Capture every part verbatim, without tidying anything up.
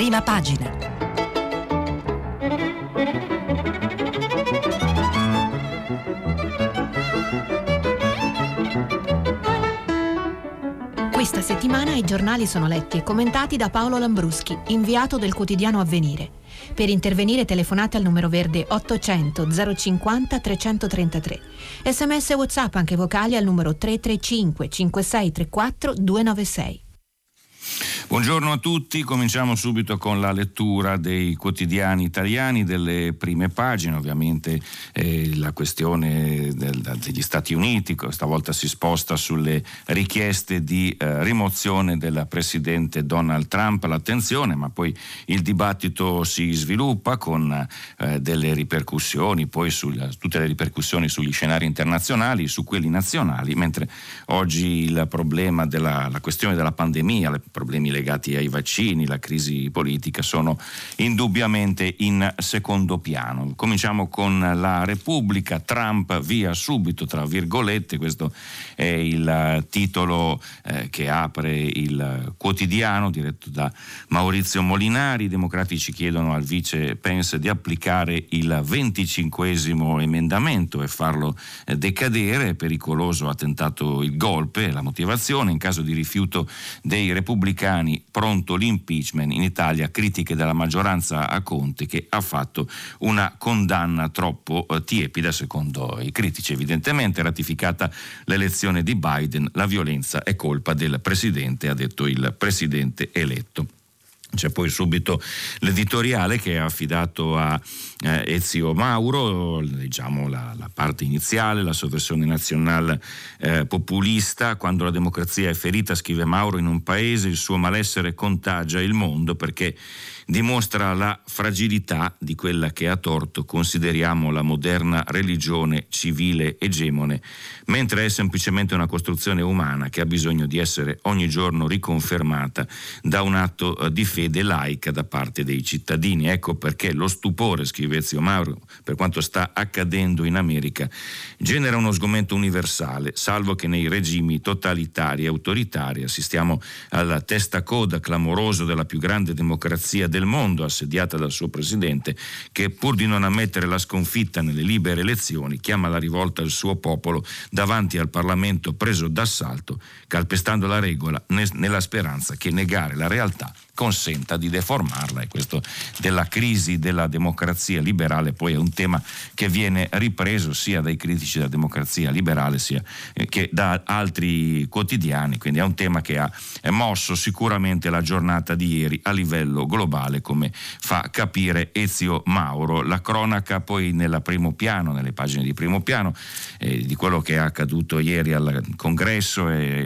Prima pagina. Questa settimana i giornali sono letti e commentati da Paolo Lambruschi, inviato del quotidiano Avvenire. Per intervenire telefonate al numero verde ottocento zero cinquanta trecentotrentatré. Sms e WhatsApp anche vocali al numero tre tre cinque cinque sei tre quattro due nove sei. Buongiorno a tutti, cominciamo subito con la lettura dei quotidiani italiani, delle prime pagine. Ovviamente eh, la questione del, degli Stati Uniti questa volta si sposta sulle richieste di eh, rimozione del presidente Donald Trump, l'attenzione, ma poi il dibattito si sviluppa con eh, delle ripercussioni, poi sulla, tutte le ripercussioni sugli scenari internazionali, su quelli nazionali, mentre oggi il problema della la questione della pandemia, i problemi legati legati ai vaccini, la crisi politica sono indubbiamente in secondo piano. Cominciamo con la Repubblica. Trump via subito, tra virgolette, questo è il titolo eh, che apre il quotidiano diretto da Maurizio Molinari. I democratici chiedono al vice Pence di applicare il venticinquesimo emendamento e farlo eh, decadere. È pericoloso, ha tentato il golpe, la motivazione: in caso di rifiuto dei repubblicani pronto l'impeachment. In Italia critiche della maggioranza a Conte, che ha fatto una condanna troppo eh, tiepida secondo i critici. Evidentemente, ratificata l'elezione di Biden, la violenza è colpa del presidente, ha detto il presidente eletto. C'è poi subito l'editoriale che è affidato a eh, Ezio Mauro, diciamo la, la parte iniziale, la sovversione nazionale eh, populista. Quando la democrazia è ferita, scrive Mauro, in un paese il suo malessere contagia il mondo perché dimostra la fragilità di quella che a torto consideriamo la moderna religione civile egemone, mentre è semplicemente una costruzione umana che ha bisogno di essere ogni giorno riconfermata da un atto eh, di fede laica da parte dei cittadini. Ecco perché lo stupore, scrive Ezio Mauro, per quanto sta accadendo in America, genera uno sgomento universale, salvo che nei regimi totalitari e autoritari assistiamo alla testacoda clamoroso della più grande democrazia del mondo, assediata dal suo presidente, che pur di non ammettere la sconfitta nelle libere elezioni chiama alla rivolta il suo popolo davanti al Parlamento preso d'assalto, calpestando la regola nella speranza che negare la realtà consenta di deformarla. E questo della crisi della democrazia liberale poi è un tema che viene ripreso sia dai critici della democrazia liberale sia eh, che da altri quotidiani, quindi è un tema che ha mosso sicuramente la giornata di ieri a livello globale, come fa capire Ezio Mauro. La cronaca poi nel primo piano, nelle pagine di primo piano eh, di quello che è accaduto ieri al congresso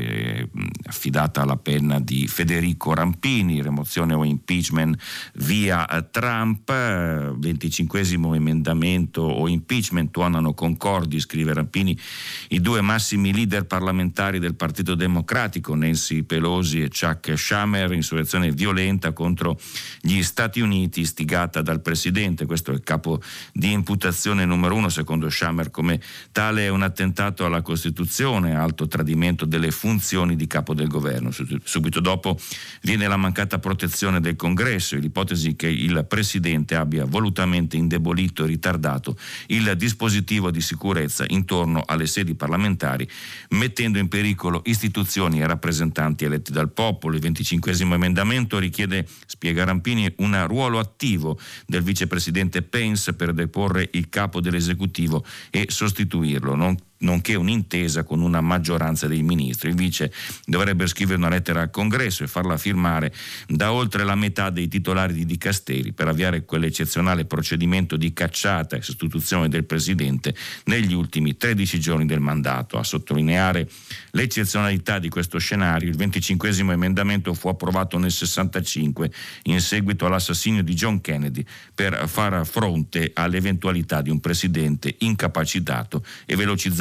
è affidata alla penna di Federico Rampini. Remozione o impeachment via Trump, venticinquesimo emendamento o impeachment tuonano concordi, scrive Rampini, i due massimi leader parlamentari del Partito Democratico, Nancy Pelosi e Chuck Schumer. Insurrezione violenta contro gli Stati Uniti istigata dal presidente. Questo è il capo di imputazione numero uno. Secondo Schumer, come tale, è un attentato alla Costituzione, alto tradimento delle funzioni di capo del governo. Subito dopo viene la mancata protezione del Congresso e l'ipotesi che il presidente abbia volutamente indebolito e ritardato il dispositivo di sicurezza intorno alle sedi parlamentari, mettendo in pericolo istituzioni e rappresentanti eletti dal popolo. Il venticinquesimo emendamento richiede, spiega Rampini, un ruolo attivo del vicepresidente Pence per deporre il capo dell'esecutivo e sostituirlo, non nonché un'intesa con una maggioranza dei ministri. Il vice dovrebbe scrivere una lettera al Congresso e farla firmare da oltre la metà dei titolari di dicasteri per avviare quell'eccezionale procedimento di cacciata e sostituzione del presidente negli ultimi tredici giorni del mandato. A sottolineare l'eccezionalità di questo scenario, il venticinquesimo emendamento fu approvato nel sessantacinque in seguito all'assassinio di John Kennedy per far fronte all'eventualità di un presidente incapacitato e velocizzare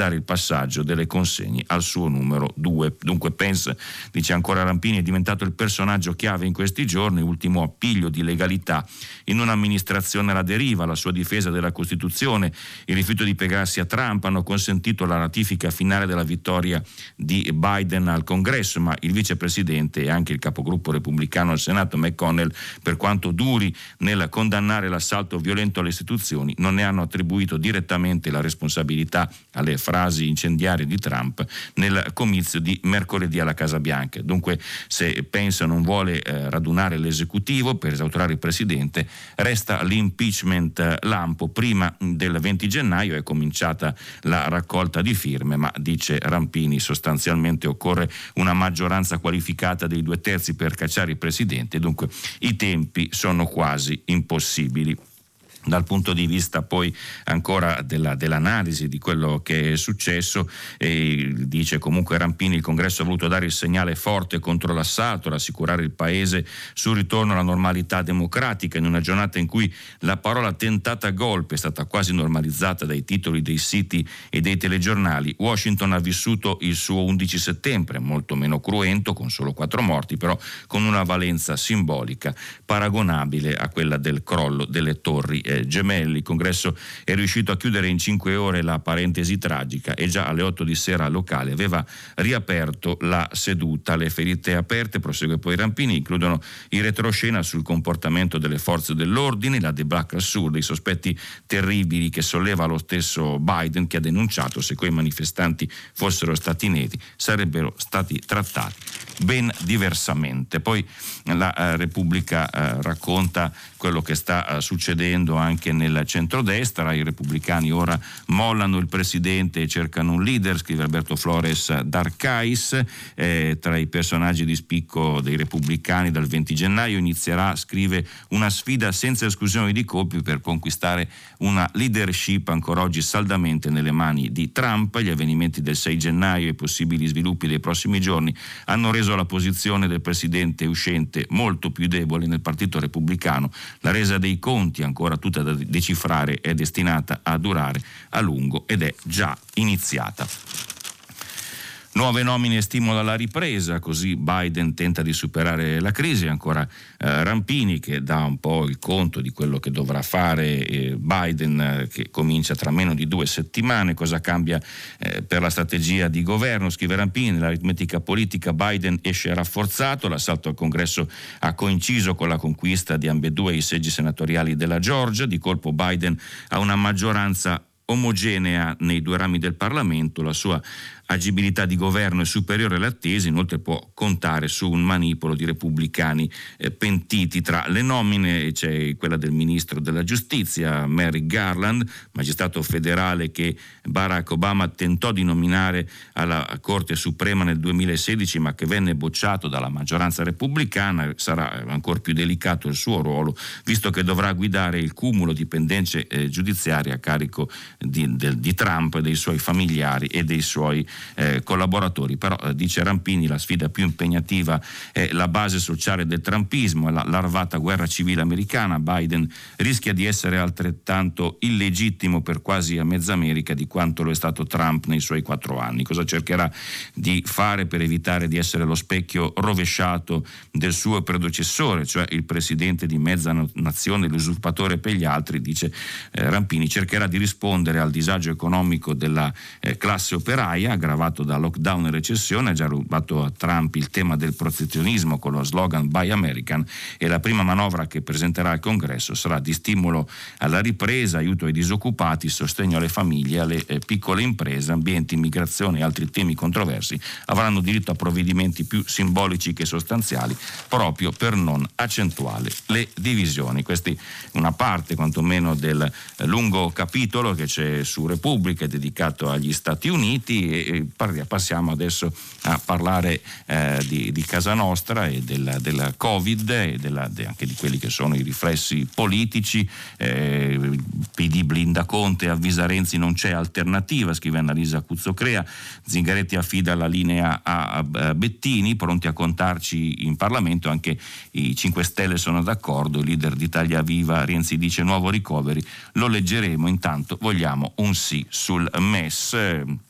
velocizzare il passaggio delle consegne al suo numero due. Dunque Pence, dice ancora Rampini, è diventato il personaggio chiave in questi giorni, ultimo appiglio di legalità in un'amministrazione alla deriva. La sua difesa della Costituzione, il rifiuto di piegarsi a Trump hanno consentito la ratifica finale della vittoria di Biden al Congresso, ma il vicepresidente e anche il capogruppo repubblicano al Senato McConnell, per quanto duri nel condannare l'assalto violento alle istituzioni, non ne hanno attribuito direttamente la responsabilità alle frasi incendiarie di Trump nel comizio di mercoledì alla Casa Bianca. Dunque, se Pence non vuole eh, radunare l'esecutivo per esautorare il presidente, resta l'impeachment lampo. Prima del venti gennaio è cominciata la raccolta di firme, ma dice Rampini sostanzialmente occorre una maggioranza qualificata dei due terzi per cacciare il presidente, dunque i tempi sono quasi impossibili. Dal punto di vista poi ancora della, dell'analisi di quello che è successo, eh, dice comunque Rampini, il Congresso ha voluto dare il segnale forte contro l'assalto, rassicurare il Paese sul ritorno alla normalità democratica in una giornata in cui la parola tentata golpe è stata quasi normalizzata dai titoli dei siti e dei telegiornali. Washington ha vissuto il suo undici settembre, molto meno cruento, con solo quattro morti, però con una valenza simbolica paragonabile a quella del crollo delle torri eh, gemelli. Il Congresso è riuscito a chiudere in cinque ore la parentesi tragica e già alle otto di sera locale aveva riaperto la seduta. Le ferite aperte, prosegue poi Rampini, includono il retroscena sul comportamento delle forze dell'ordine, la debacle assurda, i sospetti terribili che solleva lo stesso Biden, che ha denunciato se quei manifestanti fossero stati neri sarebbero stati trattati ben diversamente. Poi la eh, Repubblica eh, racconta quello che sta eh, succedendo anche nel centrodestra. I repubblicani ora mollano il presidente e cercano un leader, scrive Alberto Flores d'Arcais. Eh, tra i personaggi di spicco dei repubblicani dal venti gennaio inizierà, scrive, una sfida senza esclusione di colpi per conquistare una leadership ancora oggi saldamente nelle mani di Trump. Gli avvenimenti del sei gennaio e i possibili sviluppi dei prossimi giorni hanno reso la posizione del presidente uscente molto più debole nel Partito Repubblicano. La resa dei conti, ancora tutta da decifrare, è destinata a durare a lungo ed è già iniziata. Nuove nomine stimola la ripresa, così Biden tenta di superare la crisi. Ancora eh, Rampini che dà un po' il conto di quello che dovrà fare eh, Biden, eh, che comincia tra meno di due settimane. Cosa cambia eh, per la strategia di governo? Scrive Rampini, nell'aritmetica politica Biden esce rafforzato, l'assalto al Congresso ha coinciso con la conquista di ambedue i seggi senatoriali della Georgia, di colpo Biden ha una maggioranza omogenea nei due rami del Parlamento, la sua agibilità di governo è superiore alle attese, inoltre può contare su un manipolo di repubblicani eh, pentiti. Tra le nomine c'è quella del ministro della giustizia Merrick Garland, magistrato federale che Barack Obama tentò di nominare alla Corte Suprema nel duemilasedici ma che venne bocciato dalla maggioranza repubblicana. Sarà ancora più delicato il suo ruolo, visto che dovrà guidare il cumulo di pendenze eh, giudiziarie a carico di, del, di Trump, dei suoi familiari e dei suoi Eh, collaboratori. Però eh, dice Rampini, la sfida più impegnativa è la base sociale del trumpismo, è la larvata guerra civile americana. Biden rischia di essere altrettanto illegittimo per quasi a mezza America di quanto lo è stato Trump nei suoi quattro anni. Cosa cercherà di fare per evitare di essere lo specchio rovesciato del suo predecessore, cioè il presidente di mezza nazione, l'usurpatore per gli altri? Dice eh, Rampini, cercherà di rispondere al disagio economico della eh, classe operaia aggravato da lockdown e recessione. Ha già rubato a Trump il tema del protezionismo con lo slogan Buy American, e la prima manovra che presenterà al Congresso sarà di stimolo alla ripresa, aiuto ai disoccupati, sostegno alle famiglie, alle eh, piccole imprese. Ambiente, immigrazione e altri temi controversi avranno diritto a provvedimenti più simbolici che sostanziali, proprio per non accentuare le divisioni. Questa è una parte quantomeno del eh, lungo capitolo che c'è su Repubblica dedicato agli Stati Uniti, e passiamo adesso a parlare eh, di, di casa nostra e del, del Covid e della, de, anche di quelli che sono i riflessi politici. eh, P D blinda Conte, avvisa Renzi non c'è alternativa, scrive Annalisa Cuzzocrea. Zingaretti affida la linea a, a Bettini, pronti a contarci in Parlamento, anche i cinque Stelle sono d'accordo. Il leader di Italia Viva Renzi dice nuovo ricoveri, lo leggeremo, intanto vogliamo un sì sul M E S.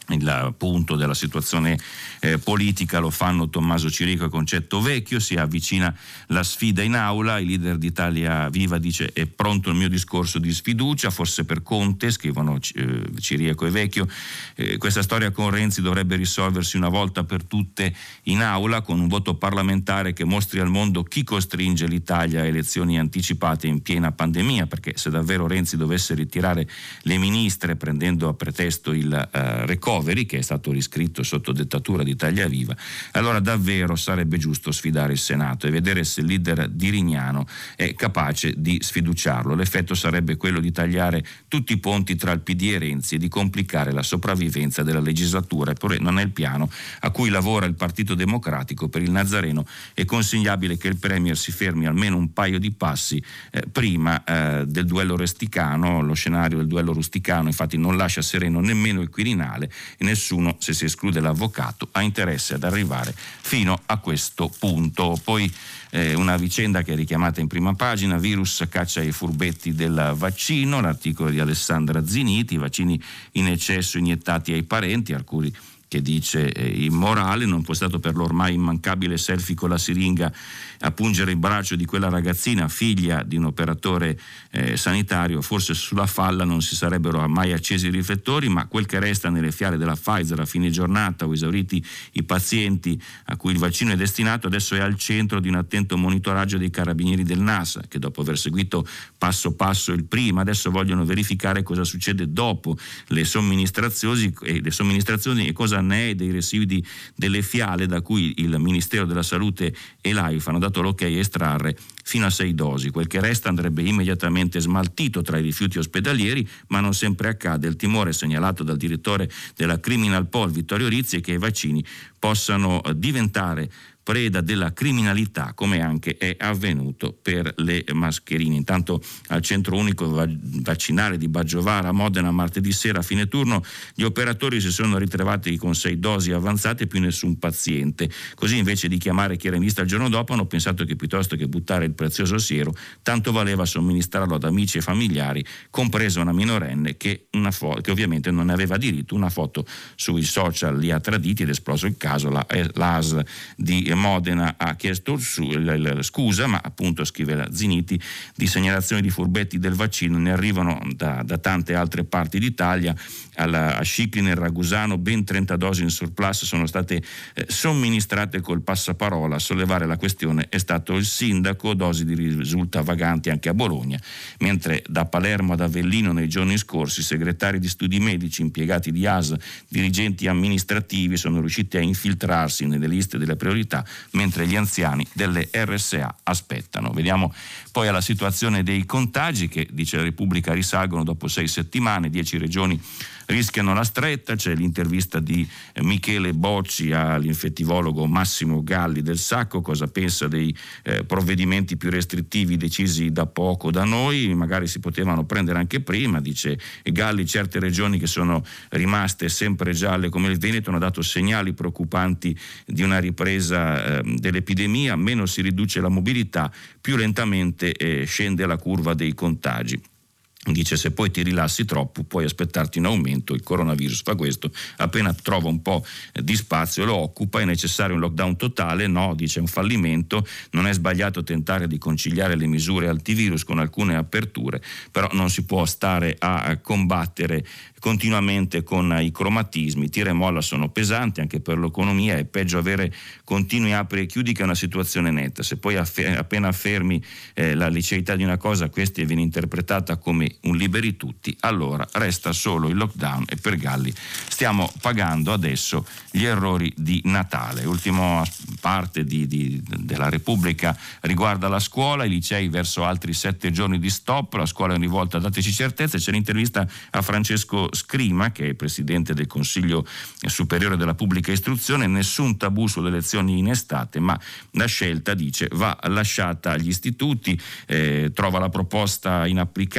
il punto della situazione eh, politica lo fanno Tommaso Cirico e Concetto Vecchio. Si avvicina la sfida in aula, il leader di Italia Viva dice: è pronto il mio discorso di sfiducia, forse per Conte, scrivono eh, Cirico e Vecchio. Eh, questa storia con Renzi dovrebbe risolversi una volta per tutte in aula, con un voto parlamentare che mostri al mondo chi costringe l'Italia a elezioni anticipate in piena pandemia, perché se davvero Renzi dovesse ritirare le ministre prendendo a pretesto il eh, recovery, che è stato riscritto sotto dettatura di Italia Viva, allora davvero sarebbe giusto sfidare il Senato e vedere se il leader di Rignano è capace di sfiduciarlo. L'effetto sarebbe quello di tagliare tutti i ponti tra il P D e Renzi e di complicare la sopravvivenza della legislatura, eppure non è il piano a cui lavora il Partito Democratico. Per il Nazareno è consigliabile che il Premier si fermi almeno un paio di passi eh, prima eh, del duello rusticano. Lo scenario del duello rusticano infatti non lascia sereno nemmeno il Quirinale, e nessuno, se si esclude l'avvocato, ha interesse ad arrivare fino a questo punto. Poi eh, una vicenda che è richiamata in prima pagina: virus caccia i furbetti del vaccino, l'articolo di Alessandra Ziniti, i vaccini in eccesso iniettati ai parenti, alcuni che dice eh, immorale, non fosse stato per l'ormai immancabile selfie con la siringa a pungere il braccio di quella ragazzina, figlia di un operatore eh, sanitario, forse sulla falla non si sarebbero mai accesi i riflettori, ma quel che resta nelle fiale della Pfizer a fine giornata, o esauriti i pazienti a cui il vaccino è destinato, adesso è al centro di un attento monitoraggio dei carabinieri del NASA, che dopo aver seguito passo passo il prima, adesso vogliono verificare cosa succede dopo le somministrazioni e le somministrazioni e cosa ne è dei residui delle fiale da cui il Ministero della Salute e l'AIFA hanno dato l'ok a estrarre fino a sei dosi. Quel che resta andrebbe immediatamente smaltito tra i rifiuti ospedalieri, ma non sempre accade. Il timore segnalato dal direttore della Criminal Pol Vittorio Rizzi è che i vaccini possano diventare preda della criminalità, come anche è avvenuto per le mascherine. Intanto al centro unico vaccinale di Baggiovara a Modena martedì sera a fine turno gli operatori si sono ritrovati con sei dosi avanzate e più nessun paziente. Così, invece di chiamare chi era in lista il giorno dopo, hanno pensato che piuttosto che buttare il prezioso siero, tanto valeva somministrarlo ad amici e familiari, compresa una minorenne che, una fo- che ovviamente non ne aveva diritto. Una foto sui social li ha traditi ed è esploso il caso. La, l'A S L di Modena ha chiesto su, la, la, scusa, ma appunto, scrive la Ziniti, di segnalazioni di furbetti del vaccino ne arrivano da, da tante altre parti d'Italia. Alla, a Scicli nel Ragusano ben trenta dosi in surplus sono state eh, somministrate col passaparola. A sollevare la questione è stato il sindaco, dosi di risulta vaganti anche a Bologna, mentre da Palermo ad Avellino nei giorni scorsi segretari di studi medici, impiegati di A S L, dirigenti amministrativi sono riusciti a infiltrarsi nelle liste delle priorità, mentre gli anziani delle R S A aspettano. Vediamo poi alla situazione dei contagi che, dice la Repubblica, risalgono dopo sei settimane, dieci regioni rischiano la stretta. C'è l'intervista di Michele Bocci all'infettivologo Massimo Galli del Sacco, cosa pensa dei eh, provvedimenti più restrittivi decisi da poco da noi, magari si potevano prendere anche prima, dice Galli. Certe regioni che sono rimaste sempre gialle come il Veneto hanno dato segnali preoccupanti di una ripresa eh, dell'epidemia, meno si riduce la mobilità, più lentamente eh, scende la curva dei contagi. Dice: se poi ti rilassi troppo puoi aspettarti un aumento, il coronavirus fa questo, appena trova un po' di spazio lo occupa. È necessario un lockdown totale? No, dice, è un fallimento. Non è sbagliato tentare di conciliare le misure antivirus con alcune aperture, però non si può stare a combattere continuamente con i cromatismi. Tira e molla sono pesanti anche per l'economia, è peggio avere continui apri e chiudi che una situazione netta. Se poi affer- appena affermi eh, la liceità di una cosa, questa viene interpretata come un liberi tutti, allora resta solo il lockdown e per Galli stiamo pagando adesso gli errori di Natale. Ultima parte di, di, della Repubblica riguarda la scuola, i licei verso altri sette giorni di stop, la scuola è in rivolta, dateci certezze. C'è l'intervista a Francesco Scrima, che è presidente del Consiglio Superiore della Pubblica Istruzione. Nessun tabù sulle lezioni in estate, ma la scelta, dice, va lasciata agli istituti. Eh, trova la proposta inapplicabile, gli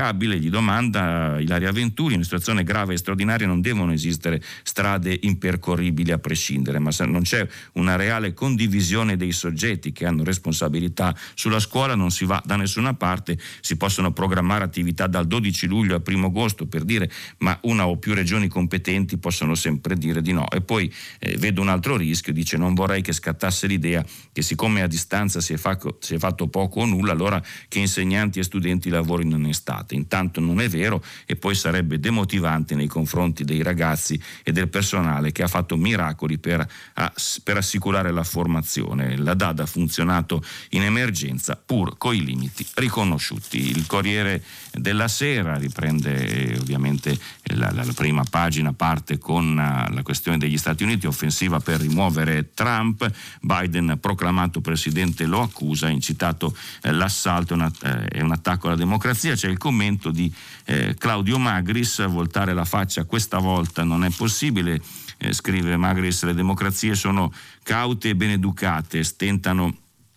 gli domanda Ilaria Venturi, in una situazione grave e straordinaria non devono esistere strade impercorribili a prescindere, ma se non c'è una reale condivisione dei soggetti che hanno responsabilità sulla scuola non si va da nessuna parte. Si possono programmare attività dal dodici luglio al primo agosto, per dire, ma una o più regioni competenti possono sempre dire di no. E poi eh, vedo un altro rischio, dice: non vorrei che scattasse l'idea che siccome a distanza si è, fa- si è fatto poco o nulla, allora che insegnanti e studenti lavorino in estate. Intanto non è vero, e poi sarebbe demotivante nei confronti dei ragazzi e del personale che ha fatto miracoli per, a, per assicurare la formazione. La D A D ha funzionato in emergenza pur coi limiti riconosciuti. Il Corriere della Sera riprende eh, ovviamente la, la, la prima pagina, parte con uh, la questione degli Stati Uniti, offensiva per rimuovere Trump. Biden proclamato presidente lo accusa, ha incitato eh, l'assalto, è, una, eh, è un attacco alla democrazia. C'è il commento di eh, Claudio Magris: voltare la faccia questa volta non è possibile, eh, scrive Magris, le democrazie sono caute e ben educate, stentano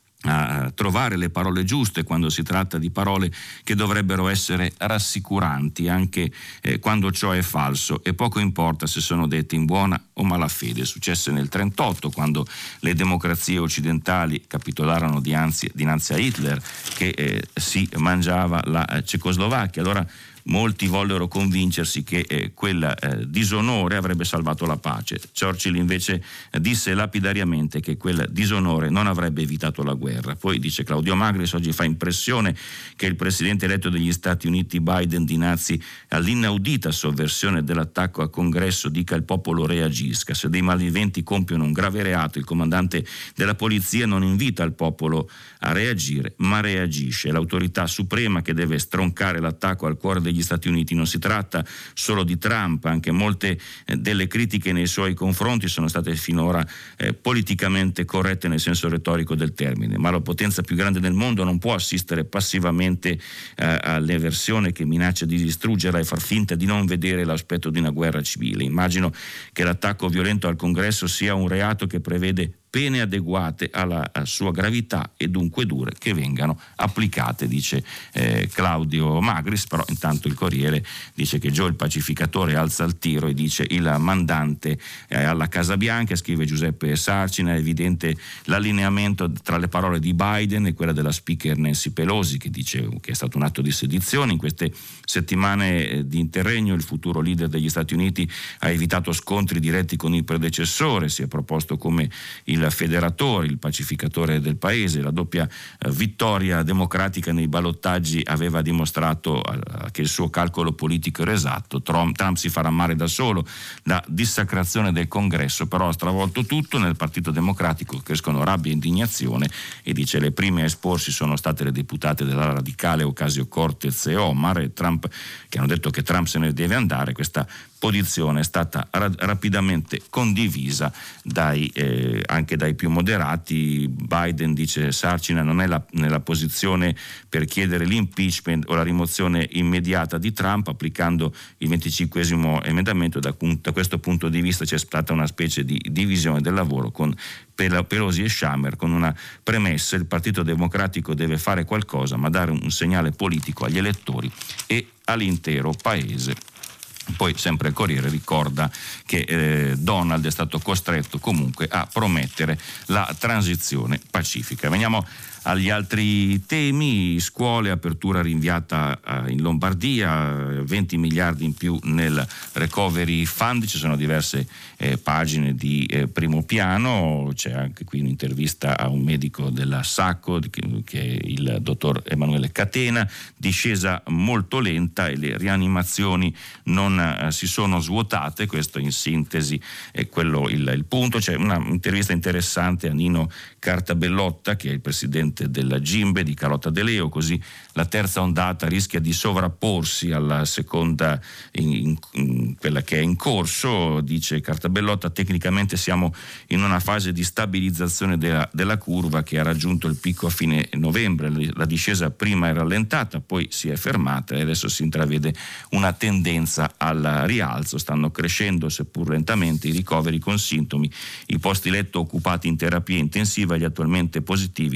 a trovare le parole giuste quando si tratta di parole che dovrebbero essere rassicuranti, anche eh, quando ciò è falso, e poco importa se sono dette in buona o malafede. Successe nel trentotto, quando le democrazie occidentali capitolarono dinanzi, dinanzi a Hitler, che eh, si mangiava la Cecoslovacchia. Allora molti vollero convincersi che eh, quel eh, disonore avrebbe salvato la pace. Churchill invece eh, disse lapidariamente che quel disonore non avrebbe evitato la guerra. Poi, dice Claudio Magris, oggi fa impressione che il presidente eletto degli Stati Uniti Biden, dinanzi all'inaudita sovversione dell'attacco al Congresso, dica: il popolo reagisca. Se dei malviventi compiono un grave reato, il comandante della polizia non invita il popolo a reagire, ma reagisce. È l'autorità suprema che deve stroncare l'attacco al cuore degli Stati Uniti. Non si tratta solo di Trump, anche molte eh, delle critiche nei suoi confronti sono state finora eh, politicamente corrette nel senso retorico del termine, ma la potenza più grande del mondo non può assistere passivamente eh, all'eversione che minaccia di distruggerla e far finta di non vedere l'aspetto di una guerra civile. Immagino che l'attacco violento al Congresso sia un reato che prevede pene adeguate alla sua gravità e dunque dure, che vengano applicate, dice eh, Claudio Magris. Però intanto il Corriere dice che Joe il pacificatore alza il tiro e dice: il mandante eh, alla Casa Bianca. Scrive Giuseppe Sarcina: è evidente l'allineamento tra le parole di Biden e quella della speaker Nancy Pelosi, che dice che è stato un atto di sedizione. In queste settimane di interregno il futuro leader degli Stati Uniti ha evitato scontri diretti con il predecessore, si è proposto come il federatore, il pacificatore del paese. La doppia eh, vittoria democratica nei ballottaggi aveva dimostrato eh, che il suo calcolo politico era esatto. Trump, Trump si farà male da solo. La dissacrazione del Congresso però ha stravolto tutto. Nel Partito Democratico crescono rabbia e indignazione, e dice: le prime a esporsi sono state le deputate della radicale Ocasio-Cortez e Omar, e Trump, che hanno detto che Trump se ne deve andare. Questa posizione è stata ra- rapidamente condivisa dai, eh, anche dai più moderati. Biden, dice Sarcina, non è la, nella posizione per chiedere l'impeachment o la rimozione immediata di Trump, applicando il venticinquesimo emendamento. Da, da questo punto di vista c'è stata una specie di divisione del lavoro con Pelosi e Schumer, con una premessa: il Partito Democratico deve fare qualcosa, ma dare un segnale politico agli elettori e all'intero paese. Poi sempre il Corriere ricorda che eh, Donald è stato costretto comunque a promettere la transizione pacifica. Veniamo agli altri temi. Scuole, apertura rinviata eh, in Lombardia, venti miliardi in più nel Recovery Fund. Ci sono diverse eh, pagine di eh, primo piano. C'è anche qui un'intervista a un medico della Sacco, che, che è il dottor Emanuele Catena. Discesa molto lenta e le rianimazioni non eh, si sono svuotate. Questo in sintesi è quello il, il punto. C'è un'intervista interessante a Nino Cartabellotta, che è il presidente della Gimbe di Carlotta De Leo. Così la terza ondata rischia di sovrapporsi alla seconda, in, in, in quella che è in corso. Dice Cartabellotta: tecnicamente siamo in una fase di stabilizzazione della, della curva, che ha raggiunto il picco a fine novembre. La discesa prima è rallentata, poi si è fermata e adesso si intravede una tendenza al rialzo. Stanno crescendo, seppur lentamente, i ricoveri con sintomi, i posti letto occupati in terapia intensiva. Gli attualmente positivi sono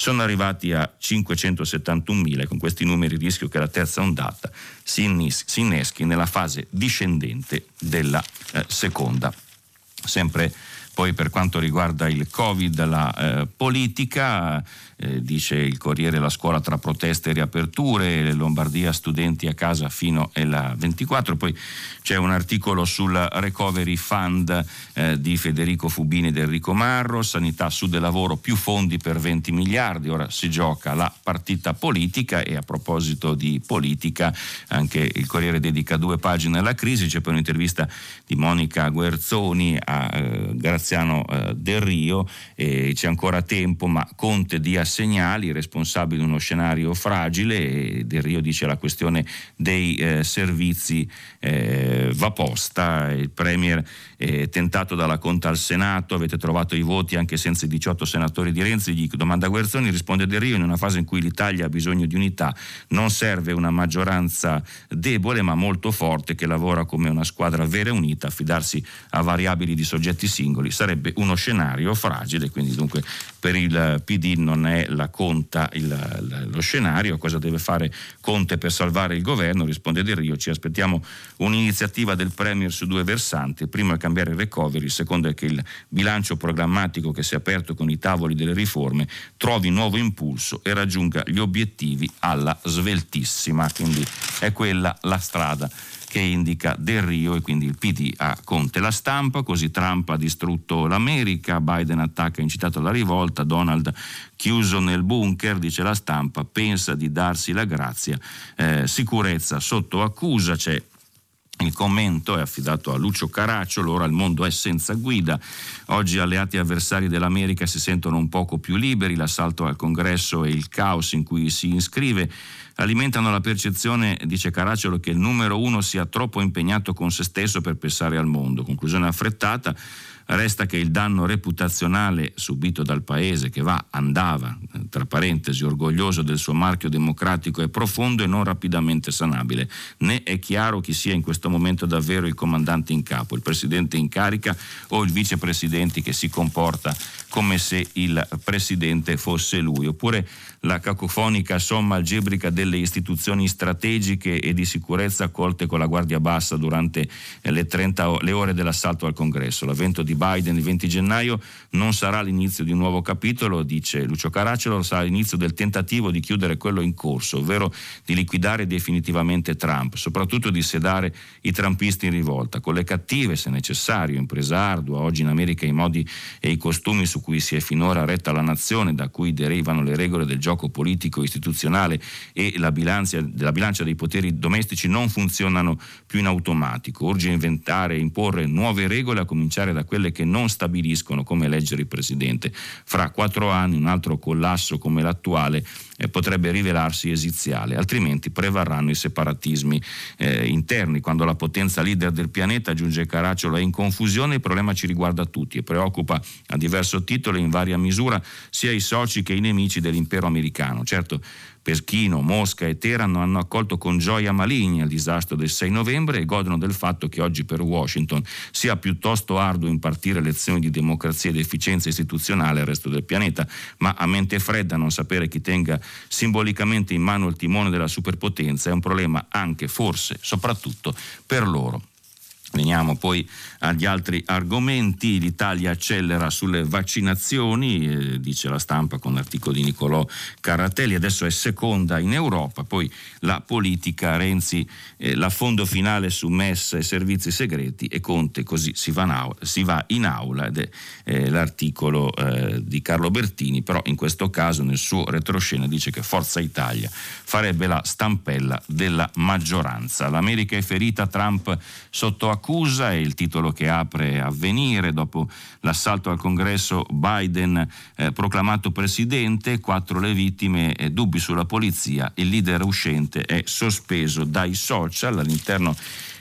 sono arrivati a cinquecentosettantunomila e con questi numeri il rischio che la terza ondata si, innis- si inneschi nella fase discendente della eh, seconda. Sempre poi per quanto riguarda il Covid, la eh, politica, eh, dice il Corriere, la scuola tra proteste e riaperture, Lombardia studenti a casa fino alla ventiquattro, poi c'è un articolo sul Recovery Fund eh, di Federico Fubini ed Enrico Marro, sanità, sud e lavoro, più fondi per venti miliardi, ora si gioca la partita politica. E a proposito di politica, anche il Corriere dedica due pagine alla crisi, c'è poi un'intervista di Monica Guerzoni a eh, Graziano eh, Del Rio, e c'è ancora tempo ma Conte dia segnali, responsabile di uno scenario fragile, e Del Rio dice la questione dei eh, servizi eh, va posta, il Premier è tentato dalla conta al Senato, avete trovato i voti anche senza i diciotto senatori di Renzi, gli domanda Guerzoni, risponde Del Rio, in una fase in cui l'Italia ha bisogno di unità non serve una maggioranza debole ma molto forte che lavora come una squadra vera e unita, affidarsi a variabili di soggetti singoli sarebbe uno scenario fragile, quindi dunque per il P D non è la conta il, lo scenario. Cosa deve fare Conte per salvare il governo? Risponde Del Rio, ci aspettiamo un'iniziativa del Premier su due versanti, il primo è cambiare il recovery, il secondo è che il bilancio programmatico che si è aperto con i tavoli delle riforme trovi nuovo impulso e raggiunga gli obiettivi alla sveltissima, quindi è quella la strada che indica Del Rio e quindi il P D a Conte. La Stampa, così Trump ha distrutto l'America, Biden attacca incitato alla rivolta, Donald chiuso nel bunker, dice La Stampa, pensa di darsi la grazia, eh, sicurezza sotto accusa. C'è il commento, è affidato a Lucio Caracciolo, ora il mondo è senza guida, oggi alleati e avversari dell'America si sentono un poco più liberi, l'assalto al Congresso e il caos in cui si iscrive alimentano la percezione, dice Caracciolo, che il numero uno sia troppo impegnato con se stesso per pensare al mondo. Conclusione affrettata, resta che il danno reputazionale subito dal paese, che va, andava, tra parentesi, orgoglioso del suo marchio democratico, è profondo e non rapidamente sanabile. Né è chiaro chi sia in questo momento davvero il comandante in capo, il presidente in carica o il vicepresidente che si comporta come se il presidente fosse lui, oppure la cacofonica somma algebrica delle istituzioni strategiche e di sicurezza accolte con la guardia bassa durante le trenta le ore dell'assalto al Congresso. L'avvento di Biden il venti gennaio non sarà l'inizio di un nuovo capitolo, dice Lucio Caracciolo, sarà l'inizio del tentativo di chiudere quello in corso, ovvero di liquidare definitivamente Trump, soprattutto di sedare i trumpisti in rivolta, con le cattive, se necessario, impresa ardua, oggi in America i modi e i costumi su cui si è finora retta la nazione, da cui derivano le regole del gioco politico istituzionale e la bilancia, la bilancia dei poteri domestici non funzionano più in automatico. Urge inventare e imporre nuove regole, a cominciare da quelle che non stabiliscono come eleggere il presidente. Fra quattro anni un altro collasso come l'attuale eh, potrebbe rivelarsi esiziale, altrimenti prevarranno i separatismi eh, interni. Quando la potenza leader del pianeta, aggiunge Caracciolo, è in confusione, il problema ci riguarda tutti e preoccupa a diverso titolo e in varia misura sia i soci che i nemici dell'impero americano. Certo, Pechino, Mosca e Teheran hanno accolto con gioia maligna il disastro del sei novembre e godono del fatto che oggi per Washington sia piuttosto arduo impartire lezioni di democrazia ed efficienza istituzionale al resto del pianeta, ma a mente fredda non sapere chi tenga simbolicamente in mano il timone della superpotenza è un problema anche, forse, soprattutto per loro. Veniamo poi agli altri argomenti. L'Italia accelera sulle vaccinazioni, eh, dice La Stampa con l'articolo di Nicolò Carratelli, adesso è seconda in Europa. Poi la politica, Renzi, eh, l'affondo finale su M E S e servizi segreti e Conte, così si va in aula, si va in aula ed è eh, l'articolo eh, di Carlo Bertini, però in questo caso nel suo retroscena dice che Forza Italia farebbe la stampella della maggioranza. L'America è ferita, Trump sotto accusa, è il titolo che apre Avvenire. Dopo l'assalto al Congresso, Biden eh, proclamato presidente, quattro le vittime, eh, dubbi sulla polizia, il leader uscente è sospeso dai social. All'interno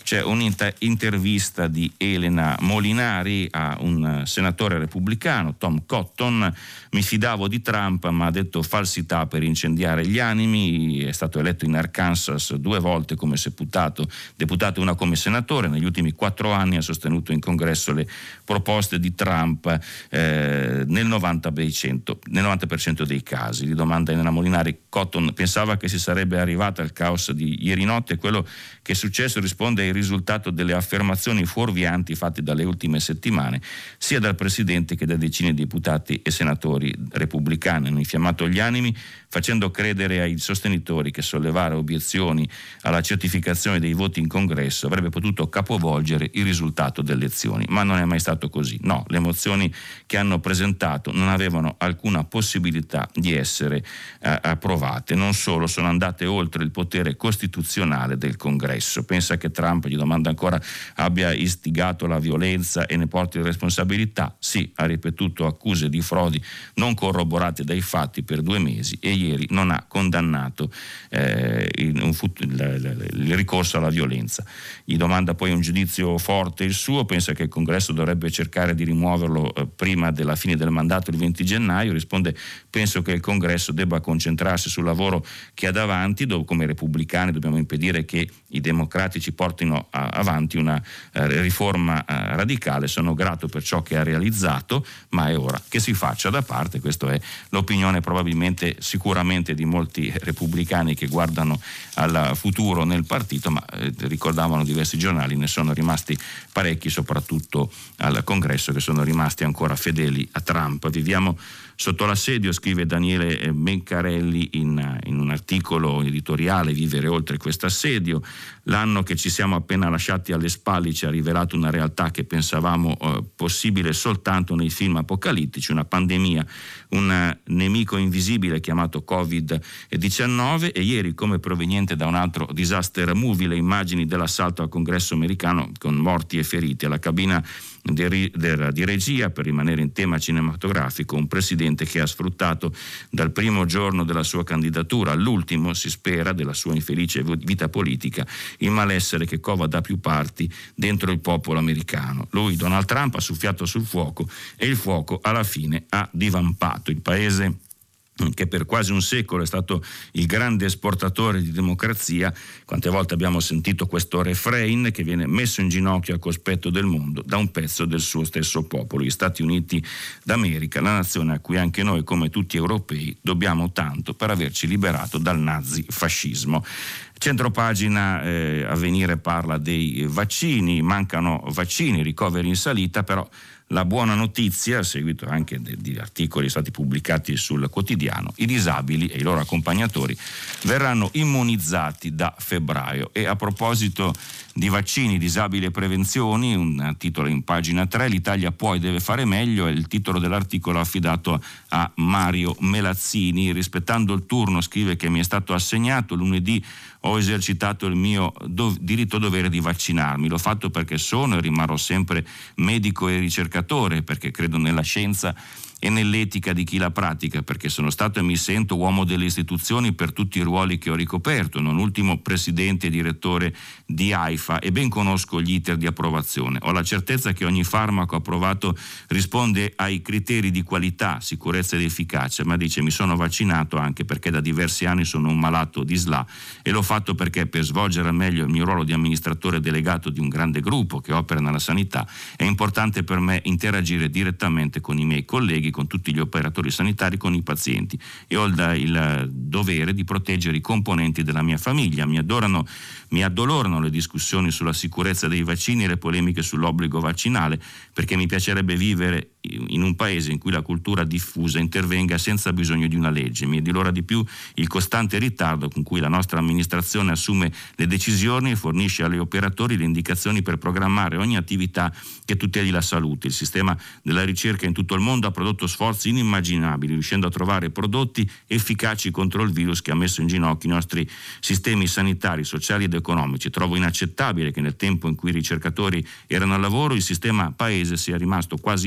C'è un'intervista di Elena Molinari a un senatore repubblicano, Tom Cotton. Mi fidavo di Trump, ma ha detto falsità per incendiare gli animi. È stato eletto in Arkansas due volte come deputato, deputato e una come senatore. Negli ultimi quattro anni ha sostenuto in congresso le proposte di Trump eh, nel novanta per cento, nel novanta per cento dei casi. Gli domanda Elena Molinari: Cotton pensava che si sarebbe arrivata al caos di ieri notte, e quello che è successo risponde ai risultato delle affermazioni fuorvianti fatte dalle ultime settimane sia dal Presidente che da decine di deputati e senatori repubblicani. Hanno infiammato gli animi facendo credere ai sostenitori che sollevare obiezioni alla certificazione dei voti in congresso avrebbe potuto capovolgere il risultato delle elezioni, ma non è mai stato così. No, le mozioni che hanno presentato non avevano alcuna possibilità di essere eh, approvate. Non solo, sono andate oltre il potere costituzionale del congresso. Pensa che Trump, gli domanda ancora, abbia istigato la violenza e ne porti responsabilità? Sì, ha ripetuto accuse di frodi non corroborate dai fatti per due mesi e ieri non ha condannato eh, il, un fut- il, il ricorso alla violenza. Gli domanda poi un giudizio forte il suo, pensa che il congresso dovrebbe cercare di rimuoverlo eh, prima della fine del mandato il venti gennaio. Risponde: penso che il congresso debba concentrarsi sul lavoro che ha davanti, dove come repubblicani dobbiamo impedire che i democratici portino a- avanti una eh, riforma eh, radicale. Sono grato per ciò che ha realizzato, ma è ora che si faccia da parte. Questa è l'opinione probabilmente sicuramente di molti repubblicani che guardano al futuro nel partito, ma eh, ricordavano diversi giornali, ne sono rimasti parecchi, soprattutto al congresso, che sono rimasti ancora fedeli a Trump. Viviamo sotto l'assedio, scrive Daniele Bencarelli in, in un articolo editoriale, Vivere oltre questo assedio. L'anno che ci siamo appena lasciati alle spalle ci ha rivelato una realtà che pensavamo eh, possibile soltanto nei film apocalittici, una pandemia, un nemico invisibile chiamato covid diciannove, e ieri, come proveniente da un altro disaster movie, le immagini dell'assalto al congresso americano con morti e feriti. Alla cabina di, di, di regia, per rimanere in tema cinematografico, un presidente che ha sfruttato dal primo giorno della sua candidatura all'ultimo, si spera, della sua infelice vita politica, il malessere che cova da più parti dentro il popolo americano. Lui, Donald Trump, ha soffiato sul fuoco e il fuoco alla fine ha divampato. Il paese che per quasi un secolo è stato il grande esportatore di democrazia, quante volte abbiamo sentito questo refrain, che viene messo in ginocchio a cospetto del mondo da un pezzo del suo stesso popolo, gli Stati Uniti d'America, la nazione a cui anche noi, come tutti europei, dobbiamo tanto per averci liberato dal nazifascismo. Centropagina, eh, Avvenire parla dei vaccini, mancano vaccini, ricoveri in salita, però la buona notizia, a seguito anche de- di articoli stati pubblicati sul quotidiano, i disabili e i loro accompagnatori verranno immunizzati da febbraio. E a proposito di vaccini, disabili e prevenzioni, un titolo in pagina tre, l'Italia può e deve fare meglio, è il titolo dell'articolo affidato a Mario Melazzini. Rispettando il turno, scrive, che mi è stato assegnato, lunedì ho esercitato il mio do- diritto dovere di vaccinarmi. L'ho fatto perché sono e rimarrò sempre medico e ricercatore, perché credo nella scienza e nell'etica di chi la pratica, perché sono stato e mi sento uomo delle istituzioni per tutti i ruoli che ho ricoperto, non ultimo presidente e direttore di AIFA, e ben conosco gli iter di approvazione. Ho la certezza che ogni farmaco approvato risponde ai criteri di qualità, sicurezza ed efficacia, ma dice: mi sono vaccinato anche perché da diversi anni sono un malato di S L A e l'ho fatto perché, per svolgere al meglio il mio ruolo di amministratore delegato di un grande gruppo che opera nella sanità, è importante per me interagire direttamente con i miei colleghi, con tutti gli operatori sanitari, con i pazienti, e ho il, il dovere di proteggere i componenti della mia famiglia. Mi adorano, mi addolorano le discussioni sulla sicurezza dei vaccini e le polemiche sull'obbligo vaccinale, perché mi piacerebbe vivere in un paese in cui la cultura diffusa intervenga senza bisogno di una legge. Mi è di l'ora di più il costante ritardo con cui la nostra amministrazione assume le decisioni e fornisce agli operatori le indicazioni per programmare ogni attività che tuteli la salute. Il sistema della ricerca in tutto il mondo ha prodotto sforzi inimmaginabili, riuscendo a trovare prodotti efficaci contro il virus che ha messo in ginocchio i nostri sistemi sanitari, sociali ed economici. Trovo inaccettabile che nel tempo in cui i ricercatori erano al lavoro il sistema paese sia rimasto quasi immobile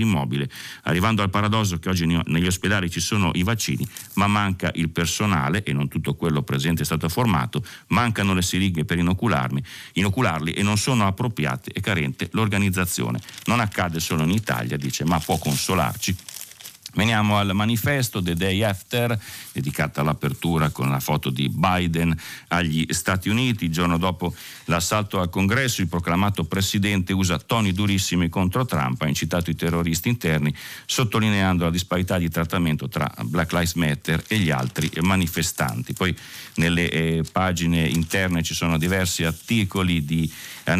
arrivando al paradosso che oggi negli ospedali ci sono i vaccini, ma manca il personale e non tutto quello presente è stato formato, mancano le siringhe per inocularmi, inocularli e non sono appropriate e carente l'organizzazione. Non accade solo in Italia, dice, ma può consolarci. Veniamo al manifesto The Day After, dedicata all'apertura con la foto di Biden agli Stati Uniti. Il giorno dopo l'assalto al Congresso, il proclamato presidente usa toni durissimi contro Trump, ha incitato i terroristi interni, sottolineando la disparità di trattamento tra Black Lives Matter e gli altri manifestanti. Poi nelle eh, pagine interne ci sono diversi articoli di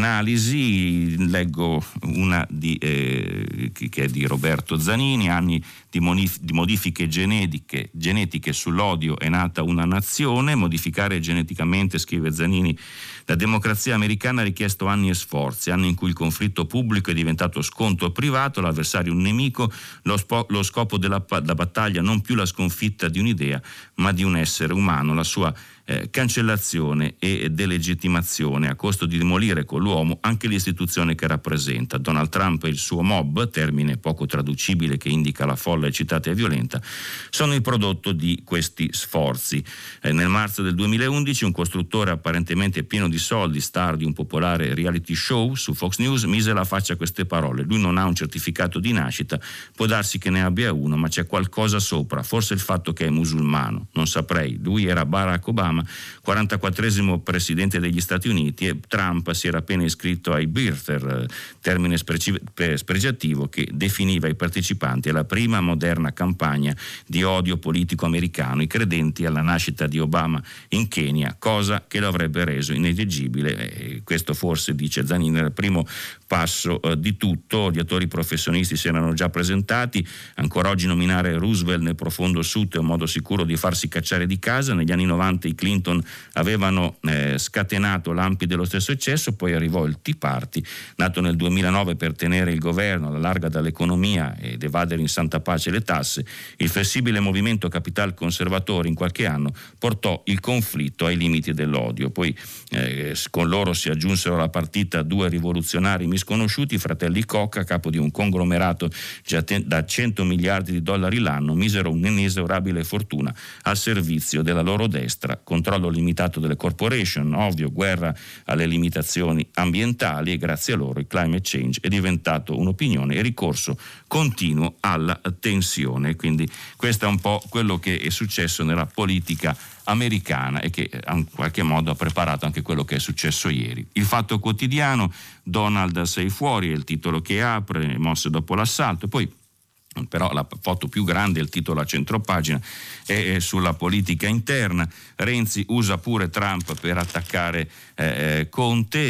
analisi, leggo una di, eh, che è di Roberto Zanini, anni di, monif- di modifiche genetiche, genetiche sull'odio è nata una nazione, modificare geneticamente, scrive Zanini, la democrazia americana ha richiesto anni e sforzi, anni in cui il conflitto pubblico è diventato scontro privato, l'avversario un nemico, lo, spo- lo scopo della, della battaglia non più la sconfitta di un'idea, ma di un essere umano, la sua Eh, cancellazione e delegittimazione a costo di demolire con l'uomo anche l'istituzione che rappresenta. Donald Trump e il suo mob, termine poco traducibile che indica la folla eccitata e violenta, sono il prodotto di questi sforzi. Eh, nel marzo del duemilaundici un costruttore apparentemente pieno di soldi, star di un popolare reality show su Fox News, mise la faccia a queste parole: lui non ha un certificato di nascita, può darsi che ne abbia uno, ma c'è qualcosa sopra, forse il fatto che è musulmano, non saprei. Lui era Barack Obama, quarantaquattresimo presidente degli Stati Uniti, e Trump si era appena iscritto ai birther, termine spregiativo che definiva i partecipanti alla prima moderna campagna di odio politico americano, i credenti alla nascita di Obama in Kenya, cosa che lo avrebbe reso ineleggibile. E questo forse, dice Zanini, era il primo passo eh, di tutto. Gli attori professionisti si erano già presentati, ancora oggi nominare Roosevelt nel profondo sud è un modo sicuro di farsi cacciare di casa. Negli anni novanta i Clinton avevano eh, scatenato lampi dello stesso eccesso, poi arrivò il Tea Party, nato nel duemilanove per tenere il governo alla larga dall'economia ed evadere in santa pace le tasse. Il flessibile movimento capital conservatore in qualche anno portò il conflitto ai limiti dell'odio. Poi eh, con loro si aggiunsero alla partita due rivoluzionari misconosciuti, i fratelli Koch, a capo di un conglomerato già te- da cento miliardi di dollari l'anno, misero un'inesaurabile fortuna al servizio della loro destra, controllo limitato delle corporation, ovvio, guerra alle limitazioni ambientali, e grazie a loro il climate change è diventato un'opinione e ricorso continuo alla tensione. Quindi questo è un po' quello che è successo nella politica americana e che in qualche modo ha preparato anche quello che è successo ieri. Il Fatto Quotidiano, Donald sei fuori, è il titolo che apre, mosse dopo l'assalto. E poi però la foto più grande, il titolo a centropagina, è sulla politica interna. Renzi usa pure Trump per attaccare eh, Conte,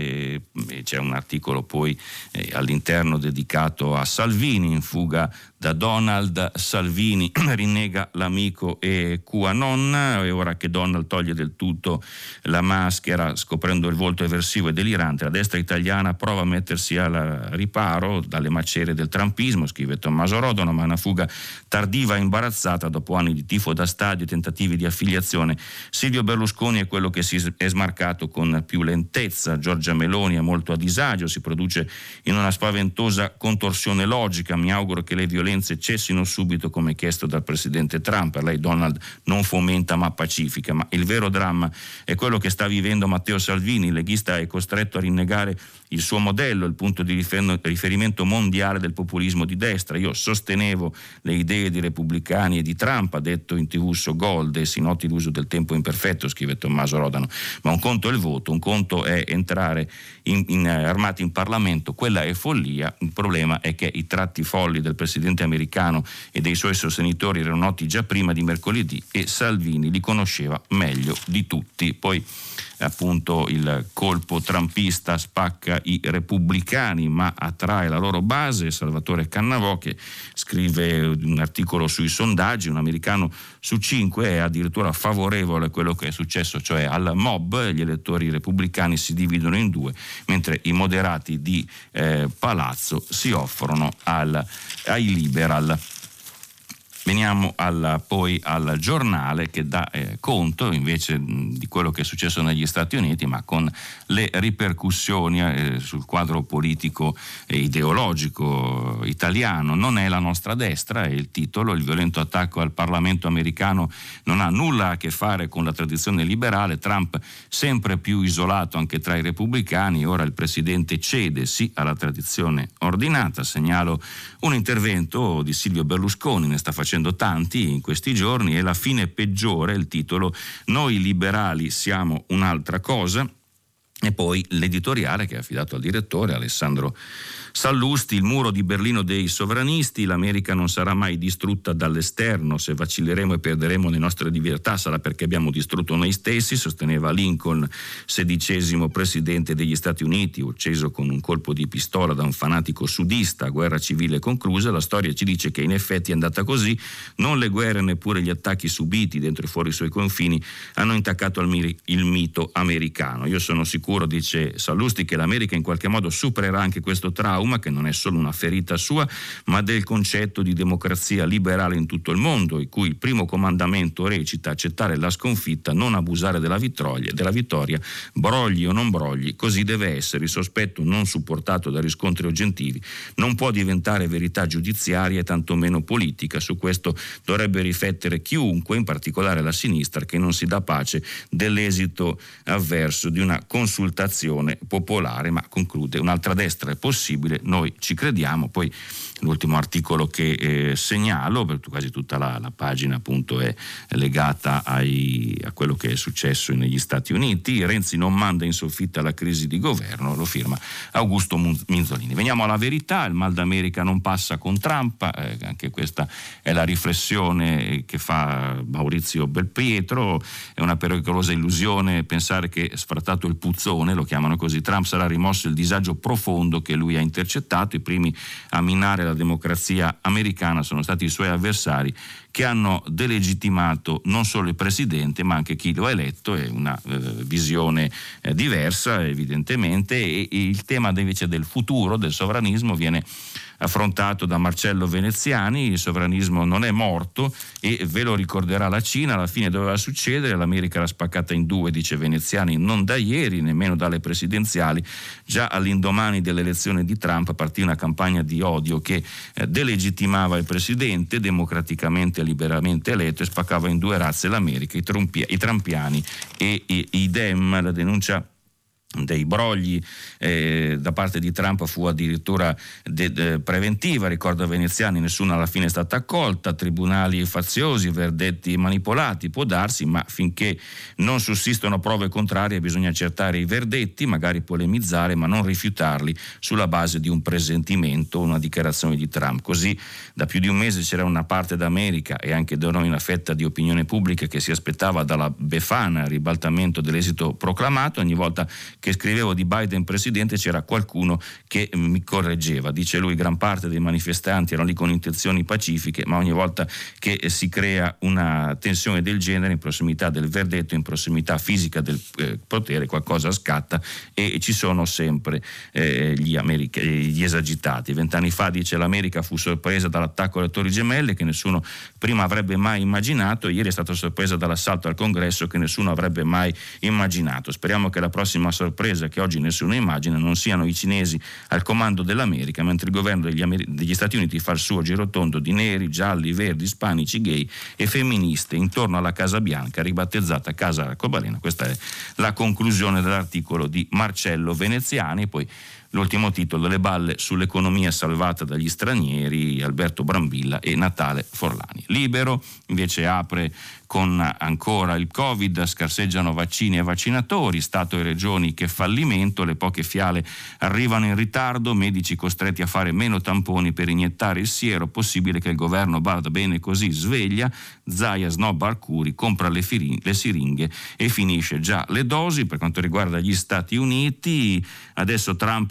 e c'è un articolo poi eh, all'interno dedicato a Salvini, in fuga da Donald, Salvini rinnega l'amico e QAnon, e ora che Donald toglie del tutto la maschera scoprendo il volto eversivo e delirante, la destra italiana prova a mettersi al riparo dalle macerie del trumpismo, scrive Tommaso Rodano, ma una fuga tardiva e imbarazzata dopo anni di tifo da stadio e tentativi di affiliazione. Silvio Berlusconi è quello che si è smarcato con più lentezza, Giorgia Meloni è molto a disagio, si produce in una spaventosa contorsione logica. Mi auguro che le violenze cessino subito come chiesto dal presidente Trump. Per lei Donald non fomenta ma pacifica, ma il vero dramma è quello che sta vivendo Matteo Salvini. Il leghista è costretto a rinnegare il suo modello, il punto di riferimento mondiale del populismo di destra. Io sostenevo le idee di repubblicani e di Trump, ha detto in tv su Gold, e si noti l'uso del tempo imperfetto, scrive Tommaso Rodano, ma un conto è il voto, un conto è entrare in, in, armati in Parlamento, quella è follia. Il problema è che i tratti folli del presidente americano e dei suoi sostenitori erano noti già prima di mercoledì e Salvini li conosceva meglio di tutti. Poi appunto il colpo trumpista spacca i repubblicani ma attrae la loro base. Salvatore Cannavò, che scrive un articolo sui sondaggi, un americano su cinque è addirittura favorevole a quello che è successo, cioè al mob. Gli elettori repubblicani si dividono in due, mentre i moderati di eh, Palazzo si offrono al, ai liberal. Veniamo alla, poi al giornale che dà eh, conto invece mh, di quello che è successo negli Stati Uniti, ma con le ripercussioni eh, sul quadro politico e ideologico italiano. Non è la nostra destra, è il titolo. Il violento attacco al Parlamento americano non ha nulla a che fare con la tradizione liberale. Trump sempre più isolato anche tra i repubblicani. Ora il presidente cede sì alla tradizione ordinata. Segnalo un intervento di Silvio Berlusconi, ne sta facendo tanti in questi giorni, e la fine peggiore, il titolo: noi liberali siamo un'altra cosa. E poi l'editoriale che è affidato al direttore Alessandro Sallusti: il muro di Berlino dei sovranisti, l'America non sarà mai distrutta dall'esterno, se vacilleremo e perderemo le nostre libertà sarà perché abbiamo distrutto noi stessi, sosteneva Lincoln, sedicesimo presidente degli Stati Uniti, ucciso con un colpo di pistola da un fanatico sudista, guerra civile conclusa. La storia ci dice che in effetti è andata così, non le guerre neppure gli attacchi subiti dentro e fuori i suoi confini hanno intaccato il mito americano. Io sono sicuro, dice Sallusti, che l'America in qualche modo supererà anche questo trauma, che non è solo una ferita sua, ma del concetto di democrazia liberale in tutto il mondo, in cui il primo comandamento recita: accettare la sconfitta, non abusare della vittoria, della vittoria, brogli o non brogli, così deve essere. Il sospetto non supportato da riscontri oggettivi non può diventare verità giudiziaria e tantomeno politica. Su questo dovrebbe riflettere chiunque, in particolare la sinistra, che non si dà pace dell'esito avverso di una consultazione popolare, ma conclude: un'altra destra è possibile, noi ci crediamo. Poi l'ultimo articolo che eh, segnalo, perché quasi tutta la, la pagina appunto è legata ai, a quello che è successo negli Stati Uniti. Renzi non manda in soffitta la crisi di governo, lo firma Augusto Minzolini. Veniamo alla verità: il mal d'America non passa con Trump, eh, anche questa è la riflessione che fa Maurizio Belpietro. È una pericolosa illusione pensare che, sfrattato il puzzone, lo chiamano così, Trump sarà rimosso il disagio profondo che lui ha intercettato. I primi a minare la democrazia americana sono stati i suoi avversari, che hanno delegittimato non solo il presidente ma anche chi lo ha eletto. È una eh, visione eh, diversa evidentemente, e, e il tema invece del futuro del sovranismo viene affrontato da Marcello Veneziani. Il sovranismo non è morto e ve lo ricorderà la Cina, alla fine doveva succedere, l'America era spaccata in due, dice Veneziani, non da ieri, nemmeno dalle presidenziali. Già all'indomani dell'elezione di Trump partì una campagna di odio che eh, delegittimava il presidente democraticamente e liberamente eletto e spaccava in due razze l'America, i, trumpia, i trampiani e i, i Dem. La denuncia dei brogli eh, da parte di Trump fu addirittura de- de- preventiva, ricorda Veneziani, nessuna alla fine è stata accolta, tribunali faziosi, verdetti manipolati, può darsi, ma finché non sussistono prove contrarie bisogna accertare i verdetti, magari polemizzare ma non rifiutarli sulla base di un presentimento o una dichiarazione di Trump. Così da più di un mese c'era una parte d'America e anche da noi una fetta di opinione pubblica che si aspettava dalla Befana ribaltamento dell'esito proclamato. Ogni volta che scrivevo di Biden presidente c'era qualcuno che mi correggeva. Dice lui, gran parte dei manifestanti erano lì con intenzioni pacifiche, ma ogni volta che si crea una tensione del genere in prossimità del verdetto, in prossimità fisica del eh, potere, qualcosa scatta e ci sono sempre eh, gli, America- gli esagitati. Vent'anni fa, dice, l'America fu sorpresa dall'attacco alle Torri Gemelle che nessuno prima avrebbe mai immaginato, ieri è stata sorpresa dall'assalto al Congresso che nessuno avrebbe mai immaginato. Speriamo che la prossima sorpresa sorpresa che oggi nessuno immagina non siano i cinesi al comando dell'America, mentre il governo degli, Amer- degli Stati Uniti fa il suo girotondo di neri, gialli, verdi, ispanici, gay e femministe intorno alla Casa Bianca, ribattezzata Casa Arcobaleno. Questa è la conclusione dell'articolo di Marcello Veneziani. Poi l'ultimo titolo: le balle sull'economia salvata dagli stranieri, Alberto Brambilla e Natale Forlani. Libero invece apre con ancora il Covid, scarseggiano vaccini e vaccinatori, Stato e regioni che fallimento, le poche fiale arrivano in ritardo, medici costretti a fare meno tamponi per iniettare il siero, possibile che il governo vada bene così, sveglia, Zaia snobba Arcuri, compra le, firin- le siringhe e finisce già le dosi. Per quanto riguarda gli Stati Uniti, adesso Trump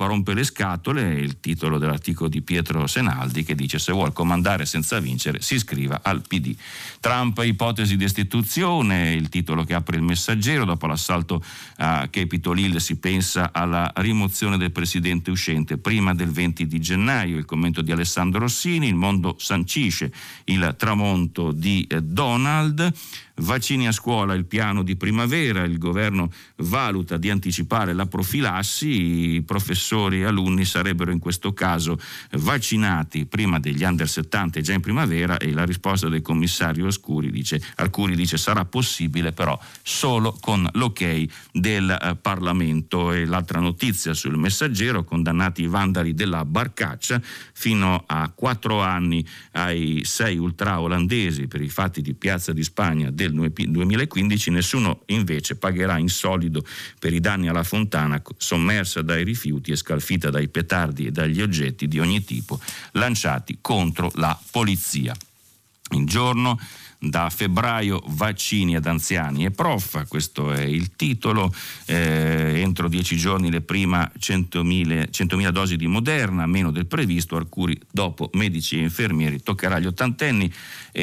rompe le scatole, è il titolo dell'articolo di Pietro Senaldi, che dice: se vuol comandare senza vincere si iscriva al P D. Trump, ipotesi di destituzione, il titolo che apre il Messaggero. Dopo l'assalto a Capitol Hill si pensa alla rimozione del presidente uscente prima del venti di gennaio. Il commento di Alessandro Rossini: il mondo sancisce il tramonto di Donald. Vaccini a scuola, il piano di primavera, il governo valuta di anticipare la profilassi, i professori e alunni sarebbero in questo caso vaccinati prima degli under settanta e già in primavera, e la risposta del commissario Arcuri dice, Arcuri dice sarà possibile però solo con l'ok del eh, Parlamento. E l'altra notizia sul Messaggero: condannati i vandali della Barcaccia, fino a quattro anni ai sei ultra olandesi per i fatti di Piazza di Spagna del duemilaquindici, nessuno invece pagherà in solido per i danni alla fontana sommersa dai rifiuti e scalfita dai petardi e dagli oggetti di ogni tipo lanciati contro la polizia. Il giorno da febbraio, vaccini ad anziani e prof, questo è il titolo. Eh, entro dieci giorni le prima centomila dosi di Moderna, meno del previsto. Arcuri dopo medici e infermieri, toccherà agli ottantenni.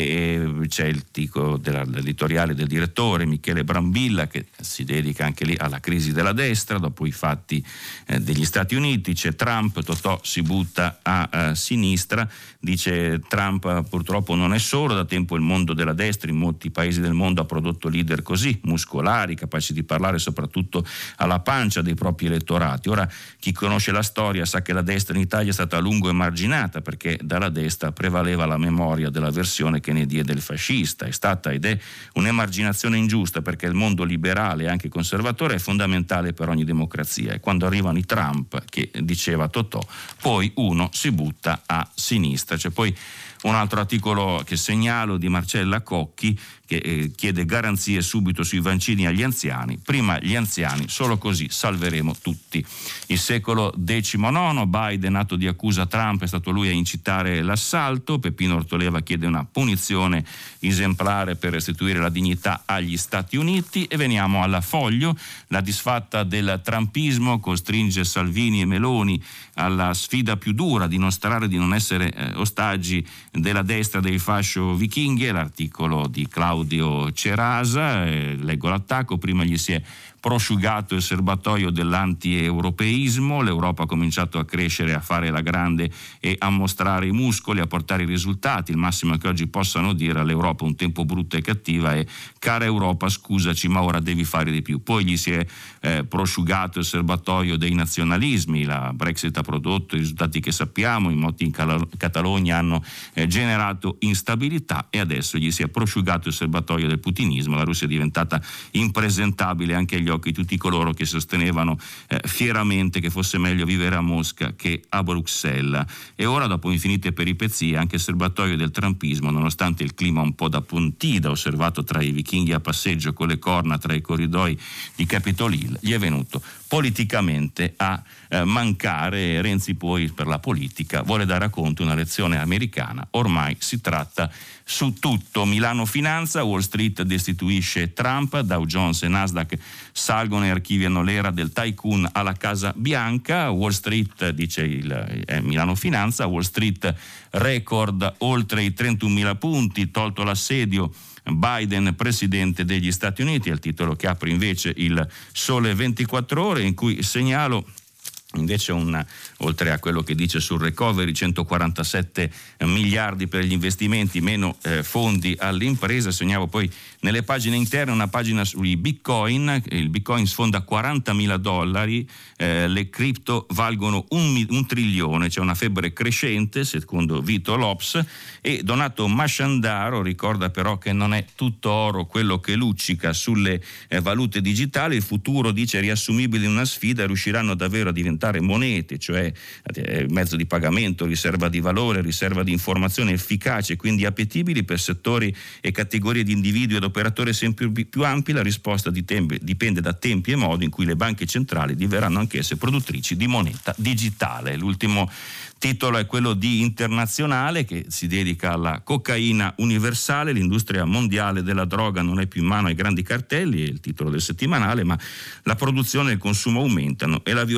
E c'è il titolo dell'editoriale del direttore Michele Brambilla, che si dedica anche lì alla crisi della destra dopo i fatti eh, degli Stati Uniti. C'è Trump, Totò si butta a, a sinistra. Dice Trump: purtroppo non è solo, da tempo il mondo della destra in molti paesi del mondo ha prodotto leader così muscolari, capaci di parlare soprattutto alla pancia dei propri elettorati. Ora chi conosce la storia sa che la destra in Italia è stata a lungo emarginata, perché dalla destra prevaleva la memoria della versione che ne diede il fascista. È stata ed è un'emarginazione ingiusta, perché il mondo liberale e anche conservatore è fondamentale per ogni democrazia, e quando arrivano i Trump, che diceva Totò, poi uno si butta a sinistra. C'è poi un altro articolo che segnalo di Marcella Cocchi, che eh, chiede garanzie subito sui vaccini agli anziani, prima gli anziani, solo così salveremo tutti. Il secolo diciannove, Biden atto di accusa Trump, è stato lui a incitare l'assalto. Peppino Ortoleva chiede una punizione esemplare per restituire la dignità agli Stati Uniti. E veniamo alla Foglio: la disfatta del trumpismo costringe Salvini e Meloni alla sfida più dura di non starare, di non essere eh, ostaggi della destra del fascio vichinghi. È l'articolo di Claudio Cerasa, eh, leggo l'attacco: prima gli si è prosciugato il serbatoio dell'anti-europeismo, l'Europa ha cominciato a crescere, a fare la grande e a mostrare i muscoli, a portare i risultati. Il massimo che oggi possano dire all'Europa un tempo brutta e cattiva è: cara Europa, scusaci, ma ora devi fare di più. Poi gli si è eh, prosciugato il serbatoio dei nazionalismi, la Brexit ha prodotto i risultati che sappiamo, i moti in Cal- Catalogna hanno eh, generato instabilità, e adesso gli si è prosciugato il serbatoio del putinismo. La Russia è diventata impresentabile anche agli occhi di tutti coloro che sostenevano eh, fieramente che fosse meglio vivere a Mosca che a Bruxelles. E ora, dopo infinite peripezie, anche il serbatoio del trumpismo, nonostante il clima un po' da Pontida osservato tra i vichinghi a passeggio con le corna tra i corridoi di Capitol Hill, gli è venuto politicamente a eh, mancare. Renzi poi, per la politica, vuole dare a Conte una lezione americana. Ormai si tratta su tutto. Milano Finanza: Wall Street destituisce Trump, Dow Jones e Nasdaq salgono e archiviano l'era del tycoon alla Casa Bianca. Wall Street, dice il eh, Milano Finanza, Wall Street record oltre i trentunomila punti, tolto l'assedio Biden presidente degli Stati Uniti. È il titolo che apre invece il Sole ventiquattro Ore, in cui segnalo invece un, oltre a quello che dice sul recovery, centoquarantasette miliardi per gli investimenti, meno eh, fondi all'impresa. Segnavo poi nelle pagine interne una pagina sui bitcoin. Il bitcoin sfonda quarantamila dollari, eh, le cripto valgono un, un trilione, c'è una febbre crescente secondo Vito Lops. E Donato Masciandaro ricorda però che non è tutto oro quello che luccica sulle eh, valute digitali. Il futuro, dice, è riassumibile in una sfida: riusciranno davvero a diventare monete, cioè mezzo di pagamento, riserva di valore, riserva di informazione efficace, quindi appetibili per settori e categorie di individui ed operatori sempre più ampi? La risposta di tempi, dipende da tempi e modi in cui le banche centrali diverranno anch'esse produttrici di moneta digitale. L'ultimo titolo è quello di Internazionale, che si dedica alla cocaina universale. L'industria mondiale della droga non è più in mano ai grandi cartelli, è il titolo del settimanale, ma la produzione e il consumo aumentano e la violenza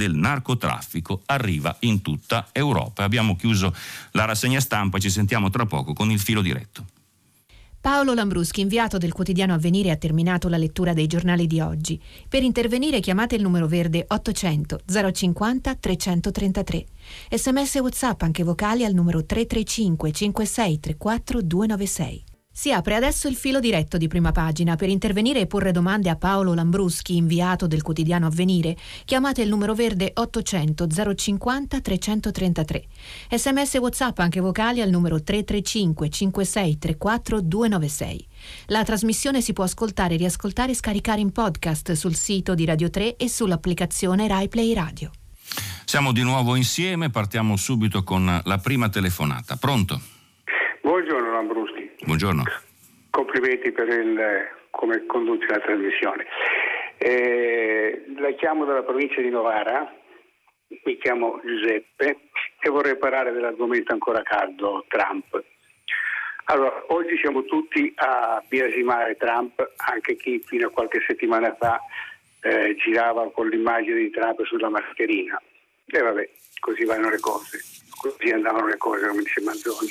del narcotraffico arriva in tutta Europa. Abbiamo chiuso la rassegna stampa, ci sentiamo tra poco con il filo diretto. Paolo Lambruschi, inviato del quotidiano Avvenire, ha terminato la lettura dei giornali di oggi. Per intervenire chiamate il numero verde ottocento zero cinquanta trecentotrentatré. Sms e WhatsApp anche vocali al numero tre tre cinque cinque sei tre quattro due nove sei. Si apre adesso il filo diretto di Prima Pagina. Per intervenire e porre domande a Paolo Lambruschi, inviato del quotidiano Avvenire, chiamate il numero verde ottocento zero cinquanta trecentotrentatré. Sms e WhatsApp anche vocali al numero tre tre cinque cinque sei tre quattro due nove sei. La trasmissione si può ascoltare, riascoltare e scaricare in podcast sul sito di Radio tre e sull'applicazione Rai Play Radio. Siamo di nuovo insieme, partiamo subito con la prima telefonata. Pronto? Buongiorno Lambruschi. Buongiorno. Complimenti per il come conduci la trasmissione. Eh, la chiamo dalla provincia di Novara, mi chiamo Giuseppe e vorrei parlare dell'argomento ancora caldo, Trump. Allora, oggi siamo tutti a biasimare Trump, anche chi fino a qualche settimana fa eh, girava con l'immagine di Trump sulla mascherina. E vabbè, così vanno le cose, così andavano le cose, come dice Manzoni.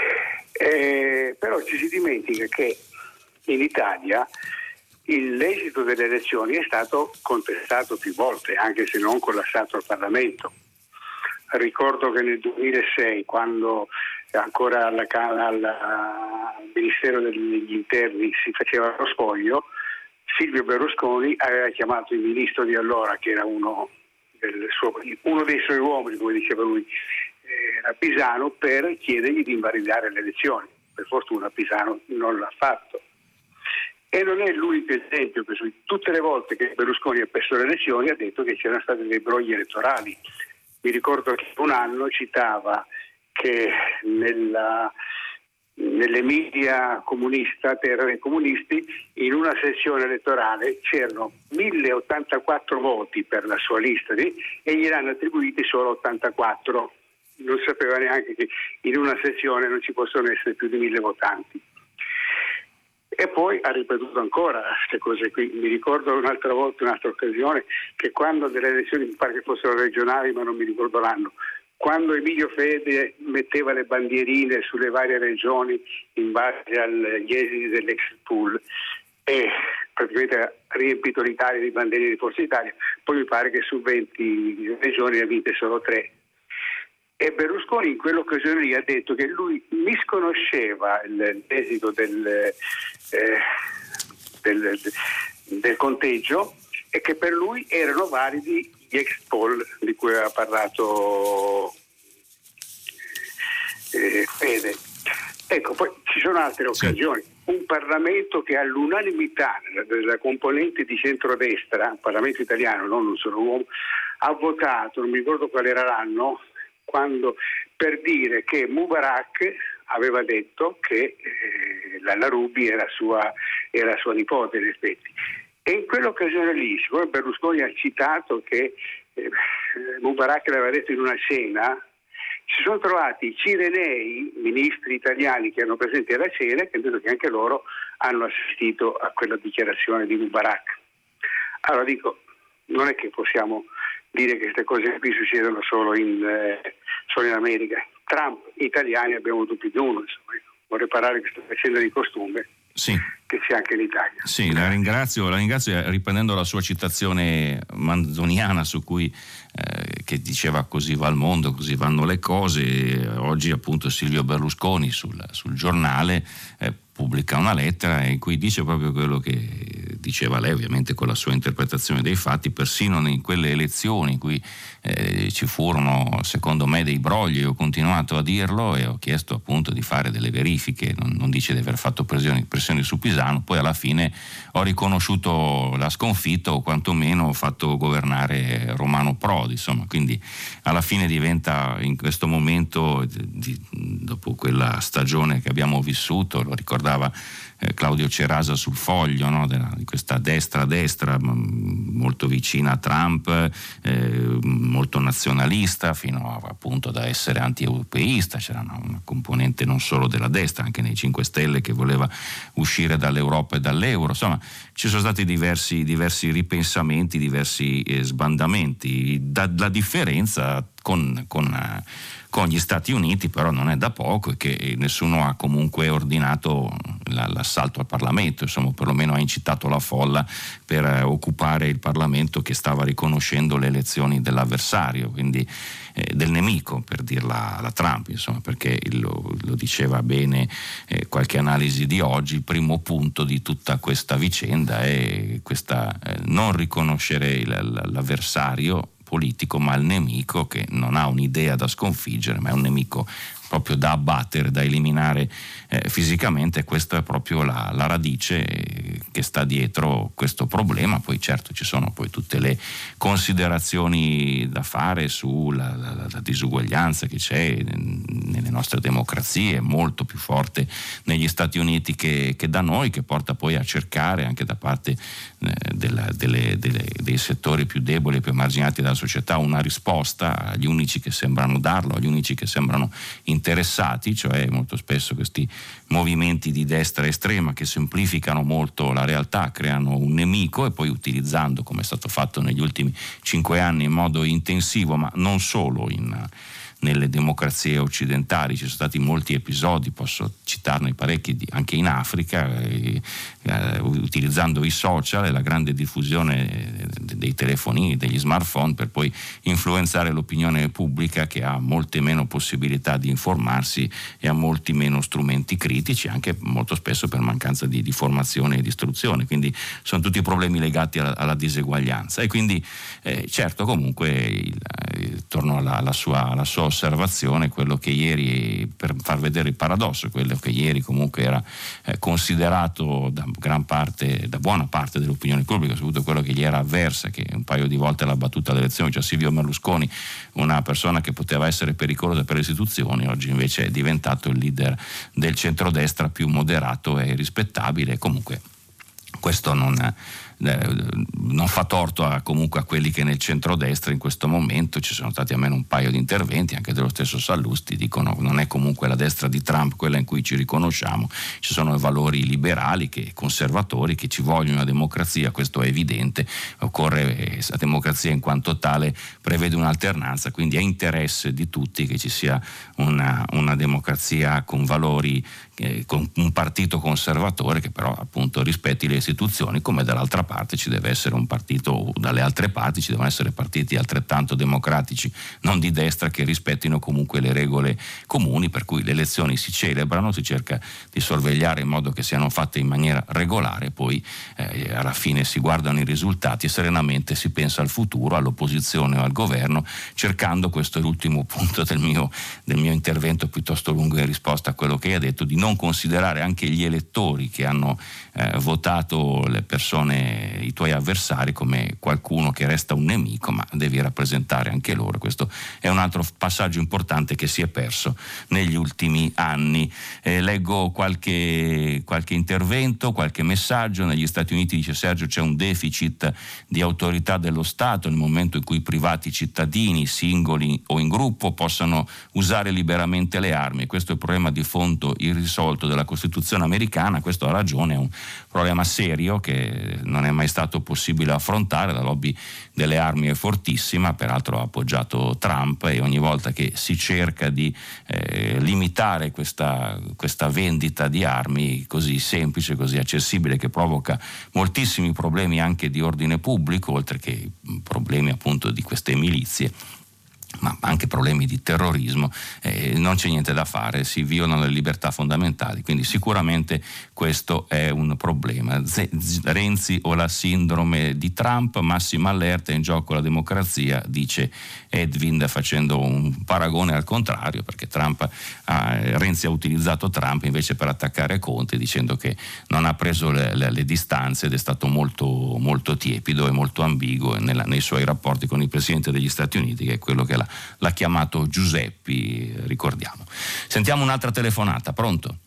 Eh, però ci si dimentica che in Italia il, l'esito delle elezioni è stato contestato più volte, anche se non collassato al Parlamento. Ricordo che nel duemilasei, quando ancora alla, alla, al Ministero degli Interni si faceva lo spoglio, Silvio Berlusconi aveva chiamato il ministro di allora, che era uno, del suo, uno dei suoi uomini, come diceva lui, a Pisano, per chiedergli di invalidare le elezioni. Per fortuna Pisano non l'ha fatto. E non è l'unico esempio, per cui tutte le volte che Berlusconi ha perso le elezioni ha detto che c'erano stati dei brogli elettorali. Mi ricordo che un anno citava che nella, nell'Emilia comunista, terra dei comunisti, in una sezione elettorale c'erano mille ottantaquattro voti per la sua lista e gliene hanno attribuiti solo ottantaquattro. Non sapeva neanche che in una sezione non ci possono essere più di mille votanti. E poi ha ripetuto ancora queste cose qui. Mi ricordo un'altra volta, un'altra occasione, che quando delle elezioni, mi pare che fossero regionali, ma non mi ricordo l'anno, quando Emilio Fede metteva le bandierine sulle varie regioni in base agli esiti dell'exit poll e praticamente ha riempito l'Italia di bandierine di Forza Italia, poi mi pare che su venti regioni ne ha vinte solo tre. E Berlusconi in quell'occasione lì ha detto che lui misconosceva l'esito del, eh, del, del conteggio e che per lui erano validi gli exit poll di cui aveva parlato eh, Fede. Ecco, poi ci sono altre occasioni. Un Parlamento che all'unanimità della componente di centrodestra, un Parlamento italiano, non un solo uomo, ha votato, non mi ricordo qual era l'anno, quando per dire che Mubarak aveva detto che eh, la, la Ruby era sua, era sua nipote in effetti. E in quell'occasione lì, siccome Berlusconi ha citato che eh, Mubarak l'aveva detto in una cena, si sono trovati i cirenei, ministri italiani che erano presenti alla cena, che hanno detto che anche loro hanno assistito a quella dichiarazione di Mubarak. Allora dico, non è che possiamo dire che queste cose qui succedono solo in, eh, solo in America. Trump, italiani abbiamo avuto più di uno, insomma. Vorrei parlare di questa faccenda di costume, sì, che c'è anche in Italia. Sì, la ringrazio, la ringrazio riprendendo la sua citazione manzoniana su cui eh, che diceva così va il mondo, così vanno le cose. Oggi appunto Silvio Berlusconi sul, sul giornale eh, pubblica una lettera in cui dice proprio quello che diceva lei, ovviamente con la sua interpretazione dei fatti, persino in quelle elezioni in cui eh, ci furono secondo me dei brogli. Io ho continuato a dirlo e ho chiesto appunto di fare delle verifiche, non, non dice di aver fatto pressioni, pressioni su Pisano, poi alla fine ho riconosciuto la sconfitta o quantomeno ho fatto governare Romano Prodi, insomma, quindi alla fine diventa in questo momento, di, dopo quella stagione che abbiamo vissuto, lo ricordava eh, Claudio Cerasa sul Foglio, no? Della, di questa destra-destra molto vicina a Trump, eh, molto nazionalista fino a, appunto da essere anti-europeista. C'era una, una componente non solo della destra, anche nei cinque Stelle, che voleva uscire dall'Europa e dall'euro. Insomma, ci sono stati diversi, diversi ripensamenti, diversi eh, sbandamenti. Da, la differenza con, con uh, con gli Stati Uniti però non è da poco, e che nessuno ha comunque ordinato l'assalto al Parlamento, insomma perlomeno ha incitato la folla per eh, occupare il Parlamento, che stava riconoscendo le elezioni dell'avversario, quindi eh, del nemico, per dirla la Trump, insomma, perché lo, lo diceva bene eh, qualche analisi di oggi, il primo punto di tutta questa vicenda è questa eh, non riconoscere l'avversario politico, ma il nemico che non ha un'idea da sconfiggere, ma è un nemico proprio da abbattere, da eliminare eh, fisicamente. Questa è proprio la, la radice eh, che sta dietro questo problema. Poi certo ci sono poi tutte le considerazioni da fare sulla la, la disuguaglianza che c'è nelle nostre democrazie, molto più forte negli Stati Uniti che, che da noi, che porta poi a cercare anche da parte eh, della, delle, delle, dei settori più deboli e più emarginati della società una risposta agli unici che sembrano darlo, agli unici che sembrano interessati, cioè molto spesso questi movimenti di destra estrema che semplificano molto la realtà, creano un nemico, e poi utilizzando, come è stato fatto negli ultimi cinque anni in modo intensivo, ma non solo in nelle democrazie occidentali, ci sono stati molti episodi, posso citarne parecchi anche in Africa, eh, eh, utilizzando i social e la grande diffusione dei telefonini, degli smartphone, per poi influenzare l'opinione pubblica, che ha molte meno possibilità di informarsi e ha molti meno strumenti critici, anche molto spesso per mancanza di, di formazione e di istruzione. Quindi sono tutti problemi legati alla, alla diseguaglianza, e quindi eh, certo comunque il, eh, torno alla, alla sua alla sua osservazione, quello che ieri, per far vedere il paradosso, quello che ieri comunque era eh, considerato da gran parte, da buona parte dell'opinione pubblica, soprattutto quello che gli era avversa, che un paio di volte l'ha battuta alle elezioni, cioè Silvio Berlusconi, una persona che poteva essere pericolosa per le istituzioni, oggi invece è diventato il leader del centrodestra più moderato e rispettabile. Comunque questo non non fa torto a, comunque a quelli che nel centrodestra in questo momento, ci sono stati almeno un paio di interventi anche dello stesso Sallusti, dicono non è comunque la destra di Trump quella in cui ci riconosciamo, ci sono valori liberali, che, conservatori, che ci vogliono una democrazia, questo è evidente, occorre, la democrazia in quanto tale prevede un'alternanza, quindi è interesse di tutti che ci sia una, una democrazia con valori, eh, con un partito conservatore che però appunto rispetti le istituzioni, come dall'altra parte ci deve essere un partito, dalle altre parti ci devono essere partiti altrettanto democratici, non di destra, che rispettino comunque le regole comuni, per cui le elezioni si celebrano, si cerca di sorvegliare in modo che siano fatte in maniera regolare, poi eh, alla fine si guardano i risultati e serenamente si pensa al futuro, all'opposizione o al governo, cercando, questo è l'ultimo punto del mio, del mio intervento piuttosto lungo in risposta a quello che hai detto, di non considerare anche gli elettori che hanno eh, votato le persone, i tuoi avversari, come qualcuno che resta un nemico, ma devi rappresentare anche loro. Questo è un altro passaggio importante che si è perso negli ultimi anni. Eh, leggo qualche, qualche intervento, qualche messaggio. Negli Stati Uniti, dice Sergio, c'è un deficit di autorità dello Stato nel momento in cui i privati cittadini, singoli o in gruppo, possano usare liberamente le armi. Questo è il problema di fondo irrisolto della Costituzione americana. Questo ha ragione, è un problema serio che non è mai stato possibile affrontare. La lobby delle armi è fortissima, peraltro ha appoggiato Trump, e ogni volta che si cerca di eh, limitare questa, questa vendita di armi così semplice, così accessibile, che provoca moltissimi problemi anche di ordine pubblico, oltre che problemi appunto di queste milizie, ma anche problemi di terrorismo, eh, non c'è niente da fare, si violano le libertà fondamentali, quindi sicuramente questo è un problema. Z- Renzi o la sindrome di Trump, massima allerta, in gioco la democrazia, dice Edwin, facendo un paragone al contrario, perché Trump ha, Renzi ha utilizzato Trump invece per attaccare Conte, dicendo che non ha preso le, le, le distanze ed è stato molto, molto tiepido e molto ambiguo nella, nei suoi rapporti con il Presidente degli Stati Uniti, che è quello che l'ha, l'ha chiamato Giuseppi, ricordiamo. Sentiamo un'altra telefonata, pronto?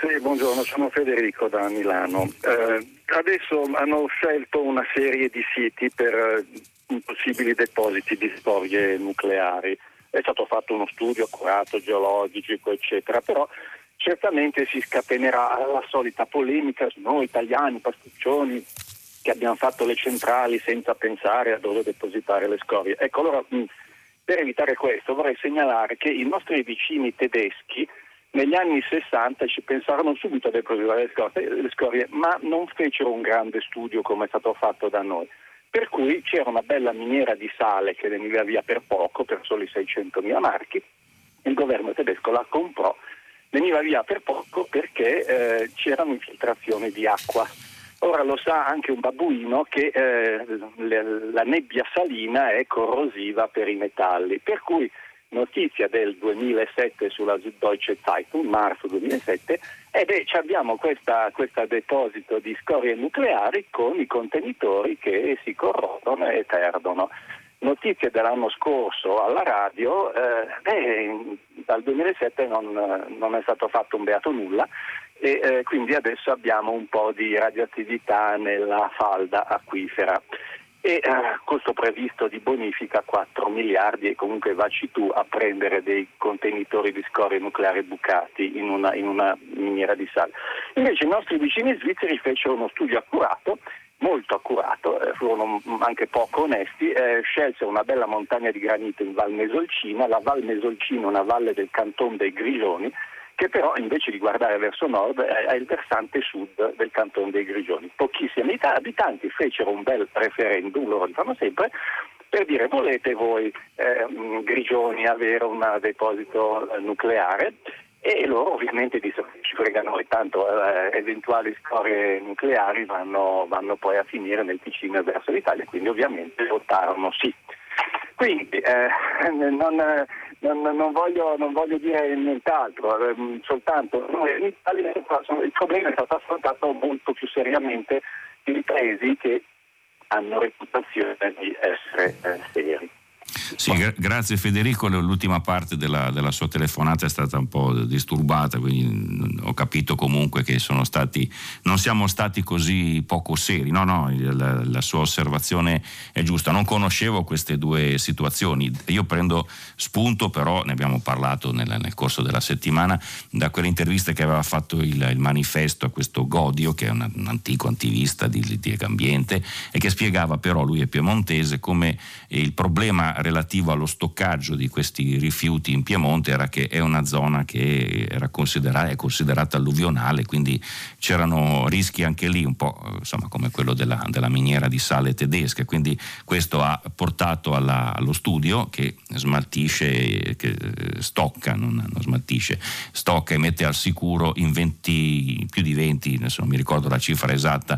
Sì, buongiorno, sono Federico da Milano. Eh, adesso hanno scelto una serie di siti per eh, possibili depositi di scorie nucleari. È stato fatto uno studio accurato, geologico, eccetera, però certamente si scatenerà la solita polemica su noi italiani, pasticcioni, che abbiamo fatto le centrali senza pensare a dove depositare le scorie. Ecco, allora, mh, per evitare questo vorrei segnalare che i nostri vicini tedeschi negli anni sessanta ci pensarono subito a depositare le scorie, le scorie, ma non fecero un grande studio come è stato fatto da noi. Per cui c'era una bella miniera di sale che veniva via per poco, per soli seicentomila marchi, il governo tedesco la comprò, veniva via per poco perché eh, c'erano infiltrazioni di acqua. Ora lo sa anche un babbuino che eh, le, la nebbia salina è corrosiva per i metalli, per cui notizia del duemilasette sulla Süddeutsche Zeitung, marzo duemilasette, e beh, abbiamo questa, questo deposito di scorie nucleari con i contenitori che si corrodono e perdono. Notizie dell'anno scorso alla radio, eh, beh, dal duemilasette non, non è stato fatto un beato nulla e eh, quindi adesso abbiamo un po' di radioattività nella falda acquifera. E eh, costo previsto di bonifica quattro miliardi e comunque vacci tu a prendere dei contenitori di scorie nucleari bucati in una, in una miniera di sale. Invece i nostri vicini svizzeri fecero uno studio accurato, molto accurato, eh, furono anche poco onesti, eh, scelsero una bella montagna di granito in Val Mesolcina, la Val Mesolcina è una valle del canton dei Grigioni, che però invece di guardare verso nord è il versante sud del canton dei Grigioni. Pochissimi abitanti fecero un bel referendum, loro li fanno sempre, per dire volete voi eh, Grigioni avere un deposito nucleare, e loro ovviamente dissero ci frega noi, tanto eh, eventuali scorie nucleari vanno, vanno poi a finire nel Ticino e verso l'Italia, quindi ovviamente votarono sì. Quindi eh, non, non, non, voglio, non voglio dire nient'altro, eh, soltanto noi in Italia il problema è stato affrontato molto più seriamente in paesi che hanno reputazione di essere eh, seri. Sì, gra- grazie Federico, l'ultima parte della, della sua telefonata è stata un po' disturbata, quindi ho capito comunque che sono stati, non siamo stati così poco seri, no no, la, la sua osservazione è giusta, non conoscevo queste due situazioni, io prendo spunto, però ne abbiamo parlato nel, nel corso della settimana, da quelle interviste che aveva fatto il, il Manifesto a questo Godio, che è un, un antico attivista di, di ambiente, e che spiegava, però lui è piemontese, come il problema relativo allo stoccaggio di questi rifiuti in Piemonte era che è una zona che era considerata, è considerata alluvionale, quindi c'erano rischi anche lì, un po' insomma come quello della, della miniera di sale tedesca, quindi questo ha portato alla, allo studio che smaltisce, che stocca, non, non smaltisce, stocca e mette al sicuro in venti, più di venti, adesso non mi ricordo la cifra esatta,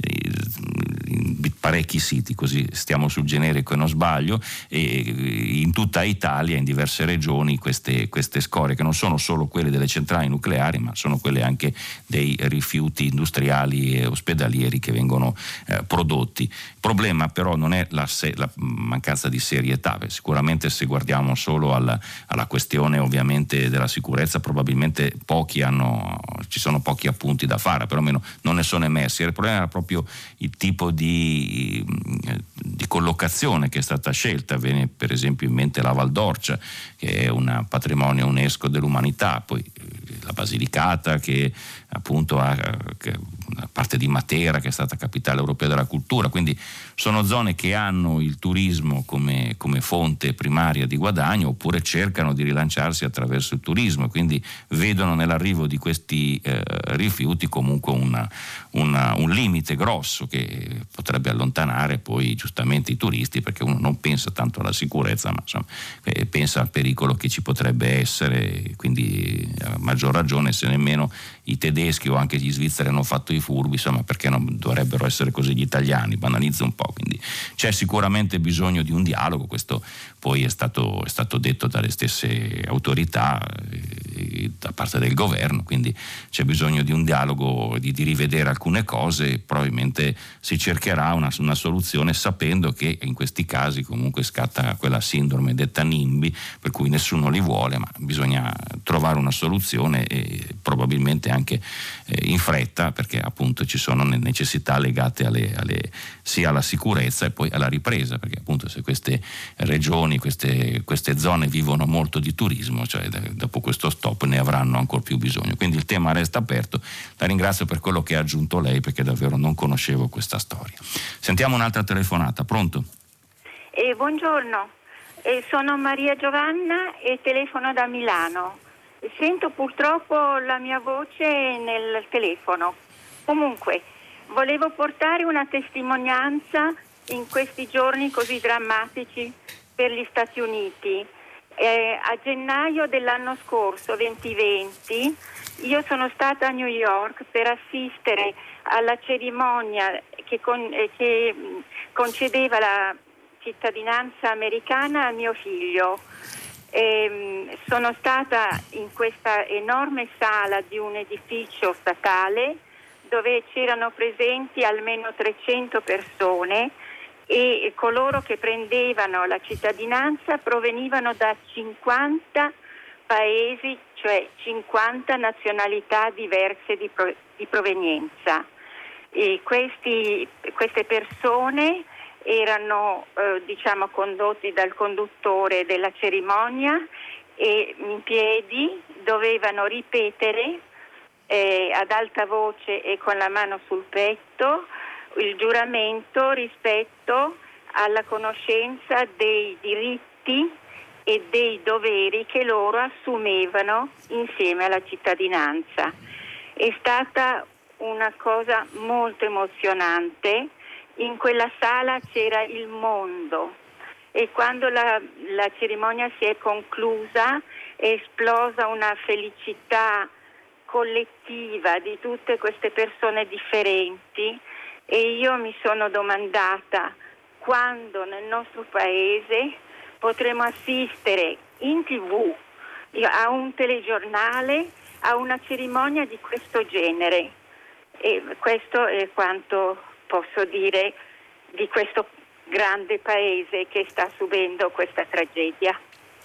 in parecchi siti, così stiamo sul generico e non sbaglio, e in tutta Italia, in diverse regioni, queste, queste scorie, che non sono solo quelle delle centrali nucleari, ma sono quelle anche dei rifiuti industriali e ospedalieri che vengono eh, prodotti. Il problema però non è la, se, la mancanza di serietà, beh, sicuramente se guardiamo solo alla, alla questione ovviamente della sicurezza, probabilmente pochi hanno, ci sono pochi appunti da fare, perlomeno non ne sono emersi. Il problema era proprio il tipo di, di collocazione che è stata scelta. Viene per esempio in mente la Val d'Orcia, che è un patrimonio UNESCO dell'umanità, poi la Basilicata, che appunto ha una parte di Matera, che è stata capitale europea della cultura, quindi sono zone che hanno il turismo come, come fonte primaria di guadagno, oppure cercano di rilanciarsi attraverso il turismo, quindi vedono nell'arrivo di questi eh, rifiuti comunque una, una, un limite grosso che potrebbe allontanare poi giustamente i turisti, perché uno non pensa tanto alla sicurezza, ma insomma, eh, pensa al pericolo che ci potrebbe essere, quindi a maggior ragione se nemmeno i tedeschi o anche gli svizzeri hanno fatto i furbi, insomma, perché non dovrebbero essere così gli italiani, banalizza un po', quindi C'è sicuramente bisogno di un dialogo, questo poi è stato, è stato detto dalle stesse autorità eh, da parte del governo, quindi c'è bisogno di un dialogo, di, di rivedere alcune cose, probabilmente si cercherà una, una soluzione sapendo che in questi casi comunque scatta quella sindrome detta NIMBY, per cui nessuno li vuole, ma bisogna trovare una soluzione e probabilmente anche eh, in fretta, perché appunto ci sono necessità legate alle, alle, sia alla sicurezza e poi alla ripresa, perché appunto se queste regioni, queste, queste zone vivono molto di turismo, cioè dopo questo stop ne avranno ancora più bisogno, quindi il tema resta aperto. La ringrazio per quello che ha aggiunto lei, perché davvero non conoscevo questa storia. Sentiamo un'altra telefonata. Pronto? Eh, buongiorno, eh, sono Maria Giovanna e telefono da Milano. Sento purtroppo la mia voce nel telefono. Comunque, volevo portare una testimonianza in questi giorni così drammatici per gli Stati Uniti. Eh, a gennaio dell'anno scorso, duemilaventi, io sono stata a New York per assistere alla cerimonia che, con, eh, che concedeva la cittadinanza americana a mio figlio. Eh, sono stata in questa enorme sala di un edificio statale dove c'erano presenti almeno trecento persone e coloro che prendevano la cittadinanza provenivano da cinquanta paesi, cioè cinquanta nazionalità diverse di, pro, di provenienza. E questi, queste persone erano eh, diciamo condotti dal conduttore della cerimonia e in piedi dovevano ripetere eh, ad alta voce e con la mano sul petto il giuramento rispetto alla conoscenza dei diritti e dei doveri che loro assumevano insieme alla cittadinanza. È stata una cosa molto emozionante. In quella sala c'era il mondo e quando la, la cerimonia si è conclusa è esplosa una felicità collettiva di tutte queste persone differenti e io mi sono domandata quando nel nostro paese potremo assistere in tivù a un telegiornale a una cerimonia di questo genere, e questo è quanto posso dire di questo grande paese che sta subendo questa tragedia.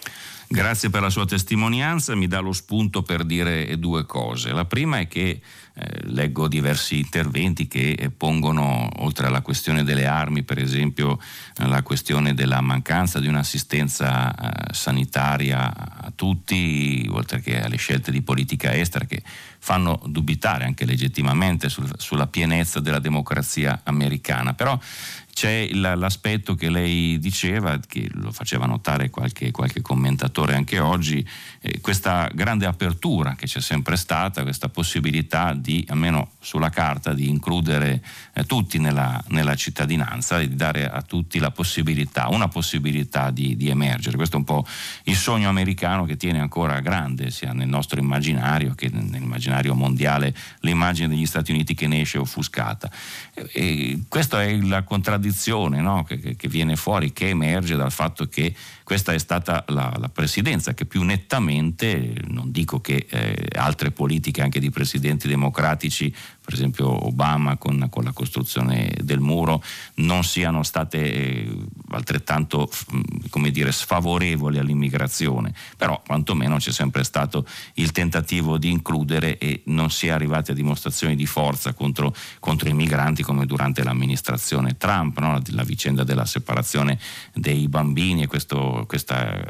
Grazie per la sua testimonianza, mi dà lo spunto per dire due cose. La prima è che eh, leggo diversi interventi che eh, pongono, oltre alla questione delle armi, per esempio, eh, la questione della mancanza di un'assistenza eh, sanitaria a tutti, oltre che alle scelte di politica estera che fanno dubitare anche legittimamente sul, sulla pienezza della democrazia americana. Però c'è l'aspetto che lei diceva, che lo faceva notare qualche, qualche commentatore anche oggi, eh, questa grande apertura che c'è sempre stata, questa possibilità di, almeno sulla carta, di includere eh, tutti nella, nella cittadinanza e di dare a tutti la possibilità, una possibilità di, di emergere. Questo è un po' il sogno americano che tiene ancora grande, sia nel nostro immaginario che nell'immaginario mondiale, l'immagine degli Stati Uniti che ne esce offuscata. E, e questa è la contraddizione, no? che, che viene fuori, che emerge dal fatto che questa è stata la, la presidenza che più nettamente, non dico che eh, altre politiche anche di presidenti democratici, per esempio Obama con, con la costruzione del muro, non siano state eh, altrettanto come dire sfavorevoli all'immigrazione, però quantomeno c'è sempre stato il tentativo di includere e non si è arrivati a dimostrazioni di forza contro, contro i migranti come durante l'amministrazione Trump, no? La vicenda della separazione dei bambini e questo, questa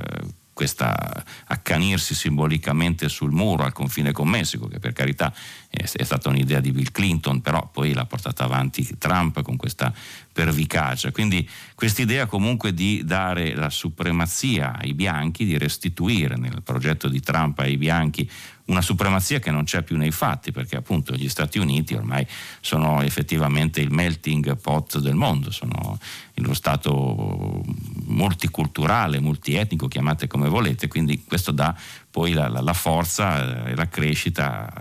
questa accanirsi simbolicamente sul muro al confine con Messico, che per carità è, è stata un'idea di Bill Clinton, però poi l'ha portata avanti Trump con questa pervicacia. Quindi quest'idea comunque di dare la supremazia ai bianchi, di restituire nel progetto di Trump ai bianchi una supremazia che non c'è più nei fatti, perché appunto gli Stati Uniti ormai sono effettivamente il melting pot del mondo, sono lo stato multiculturale, multietnico, chiamate come volete, quindi questo dà poi la, la, la forza e la crescita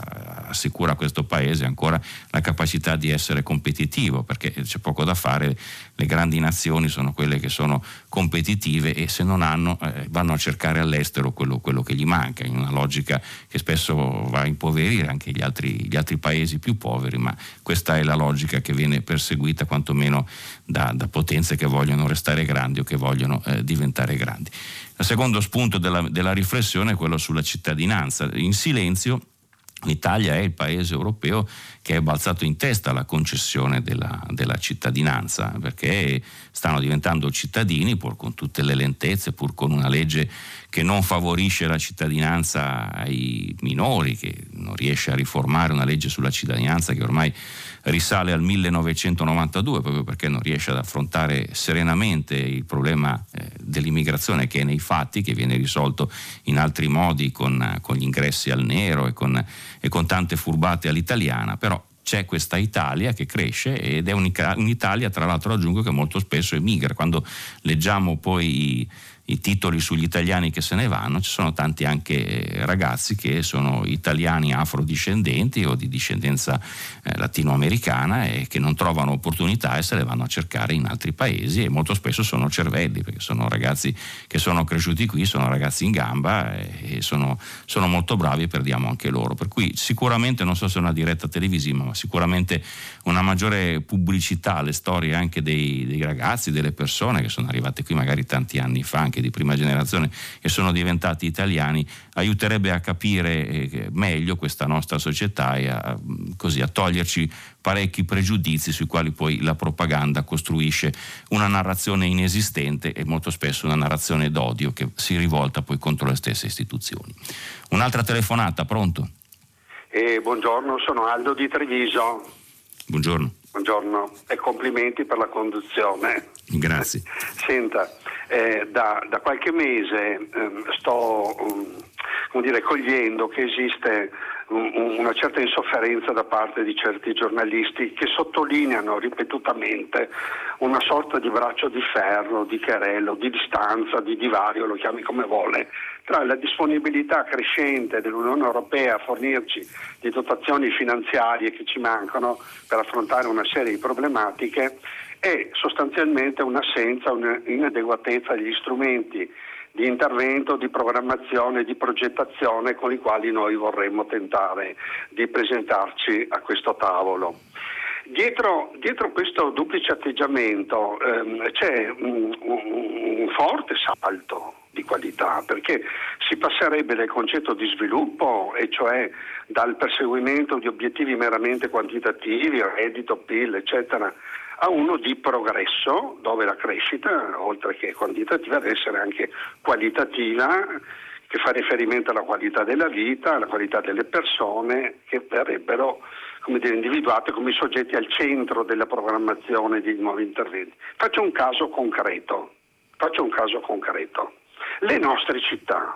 assicura a questo paese ancora la capacità di essere competitivo, perché c'è poco da fare, le grandi nazioni sono quelle che sono competitive e se non hanno eh, vanno a cercare all'estero quello, quello che gli manca, in una logica che spesso va a impoverire anche gli altri, gli altri paesi più poveri, ma questa è la logica che viene perseguita quantomeno da, da potenze che vogliono restare grandi o che vogliono eh, diventare grandi. Il secondo spunto della, della riflessione è quello sulla cittadinanza. In silenzio l'Italia è il paese europeo che è balzato in testa alla concessione della, della cittadinanza, perché stanno diventando cittadini pur con tutte le lentezze, pur con una legge che non favorisce la cittadinanza ai minori, che non riesce a riformare una legge sulla cittadinanza che ormai risale al millenovecentonovantadue, proprio perché non riesce ad affrontare serenamente il problema eh, dell'immigrazione che è nei fatti, che viene risolto in altri modi con, con gli ingressi al nero e con, e con tante furbate all'italiana. Però c'è questa Italia che cresce ed è un'Italia, tra l'altro aggiungo, che molto spesso emigra. Quando leggiamo poi i, i titoli sugli italiani che se ne vanno, ci sono tanti anche ragazzi che sono italiani afrodiscendenti o di discendenza eh, latinoamericana e che non trovano opportunità e se le vanno a cercare in altri paesi, e molto spesso sono cervelli, perché sono ragazzi che sono cresciuti qui, sono ragazzi in gamba e sono, sono molto bravi e perdiamo anche loro. Per cui sicuramente, non so se è una diretta televisiva, ma sicuramente una maggiore pubblicità alle storie anche dei, dei ragazzi, delle persone che sono arrivate qui magari tanti anni fa, anche di prima generazione, e sono diventati italiani, aiuterebbe a capire meglio questa nostra società e a, così, a toglierci parecchi pregiudizi sui quali poi la propaganda costruisce una narrazione inesistente e molto spesso una narrazione d'odio che si rivolta poi contro le stesse istituzioni. Un'altra telefonata, pronto? Eh, buongiorno, sono Aldo di Treviso. Buongiorno. Buongiorno e complimenti per la conduzione. Grazie. Senta, eh, da, da qualche mese eh, sto um, come dire, cogliendo che esiste un, una certa insofferenza da parte di certi giornalisti che sottolineano ripetutamente una sorta di braccio di ferro, di querello, di distanza, di divario, lo chiami come vuole, tra la disponibilità crescente dell'Unione Europea a fornirci di dotazioni finanziarie che ci mancano per affrontare una serie di problematiche e sostanzialmente un'assenza, un'inadeguatezza degli strumenti di intervento, di programmazione, di progettazione con i quali noi vorremmo tentare di presentarci a questo tavolo. Dietro, dietro questo duplice atteggiamento ehm, c'è un, un, un forte salto di qualità, perché si passerebbe dal concetto di sviluppo, e cioè dal perseguimento di obiettivi meramente quantitativi, reddito, P I L, eccetera, a uno di progresso, dove la crescita, oltre che quantitativa, deve essere anche qualitativa, che fa riferimento alla qualità della vita, alla qualità delle persone, che verrebbero, come dire, individuate come soggetti al centro della programmazione di nuovi interventi. Faccio un caso concreto. Faccio un caso concreto. Le nostre città.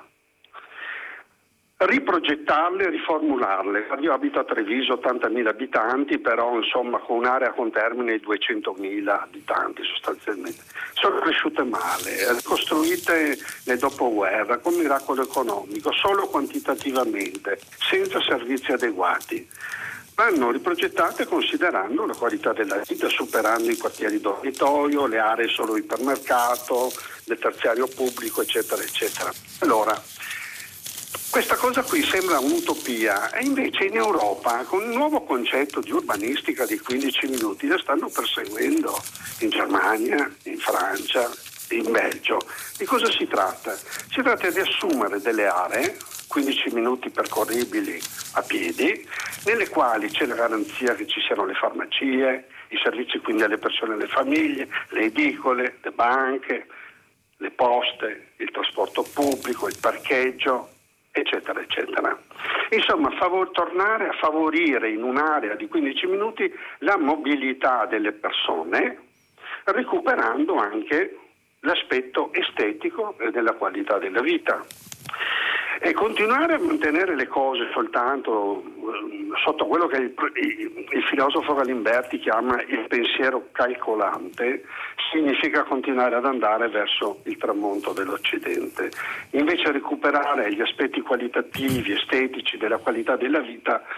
Riprogettarle, riformularle. Io abito a Treviso, ottantamila abitanti, però insomma con un'area con termine di duecentomila abitanti sostanzialmente. Sono cresciute male, costruite nel dopoguerra, con miracolo economico, solo quantitativamente, senza servizi adeguati. Vanno riprogettate considerando la qualità della vita, superando i quartieri dormitorio, le aree solo ipermercato, del terziario pubblico, eccetera, eccetera. Allora, questa cosa qui sembra un'utopia e invece in Europa, con il nuovo concetto di urbanistica di quindici minuti, la stanno perseguendo in Germania, in Francia, in Belgio. Di cosa si tratta? Si tratta di assumere delle aree, quindici minuti percorribili a piedi, nelle quali c'è la garanzia che ci siano le farmacie, i servizi quindi alle persone e alle famiglie, le edicole, le banche, le poste, il trasporto pubblico, il parcheggio, eccetera, eccetera. Insomma, favor- tornare a favorire in un'area di quindici minuti la mobilità delle persone, recuperando anche l'aspetto estetico e della qualità della vita. E continuare a mantenere le cose soltanto eh, sotto quello che il, il, il filosofo Galimberti chiama il pensiero calcolante significa continuare ad andare verso il tramonto dell'Occidente. Invece recuperare gli aspetti qualitativi, estetici della qualità della vita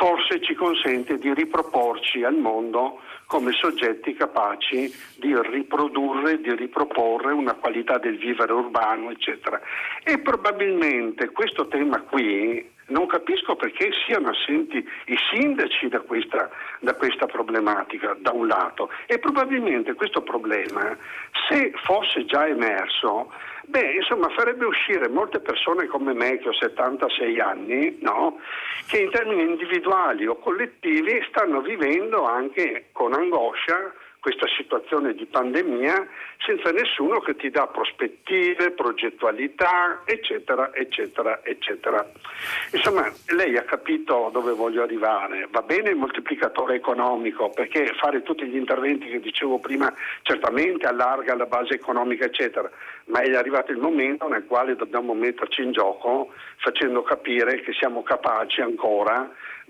forse ci consente di riproporci al mondo come soggetti capaci di riprodurre, di riproporre una qualità del vivere urbano, eccetera. E probabilmente questo tema qui non capisco perché siano assenti i sindaci da questa, da questa problematica, da un lato, e probabilmente questo problema, se fosse già emerso, beh, insomma, farebbe uscire molte persone come me, che ho settantasei anni, no? Che in termini individuali o collettivi stanno vivendo anche con angoscia questa situazione di pandemia, senza nessuno che ti dà prospettive, progettualità, eccetera, eccetera, eccetera. Insomma, lei ha capito dove voglio arrivare. Va bene il moltiplicatore economico, perché fare tutti gli interventi che dicevo prima certamente allarga la base economica, eccetera, ma è arrivato il momento nel quale dobbiamo metterci in gioco facendo capire che siamo capaci ancora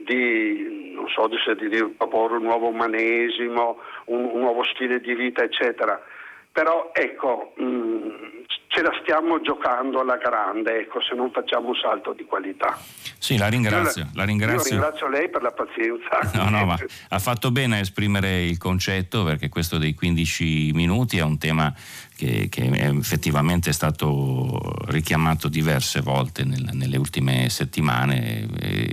di, non so se di proporre un nuovo umanesimo, un, un nuovo stile di vita, eccetera. Però ecco, mh, ce la stiamo giocando alla grande, ecco, se non facciamo un salto di qualità. Sì, la ringrazio. Io, la ringrazio. Io ringrazio lei per la pazienza. No, no, ma ha fatto bene a esprimere il concetto, perché questo dei quindici minuti è un tema che, che effettivamente è stato richiamato diverse volte nel, nelle ultime settimane.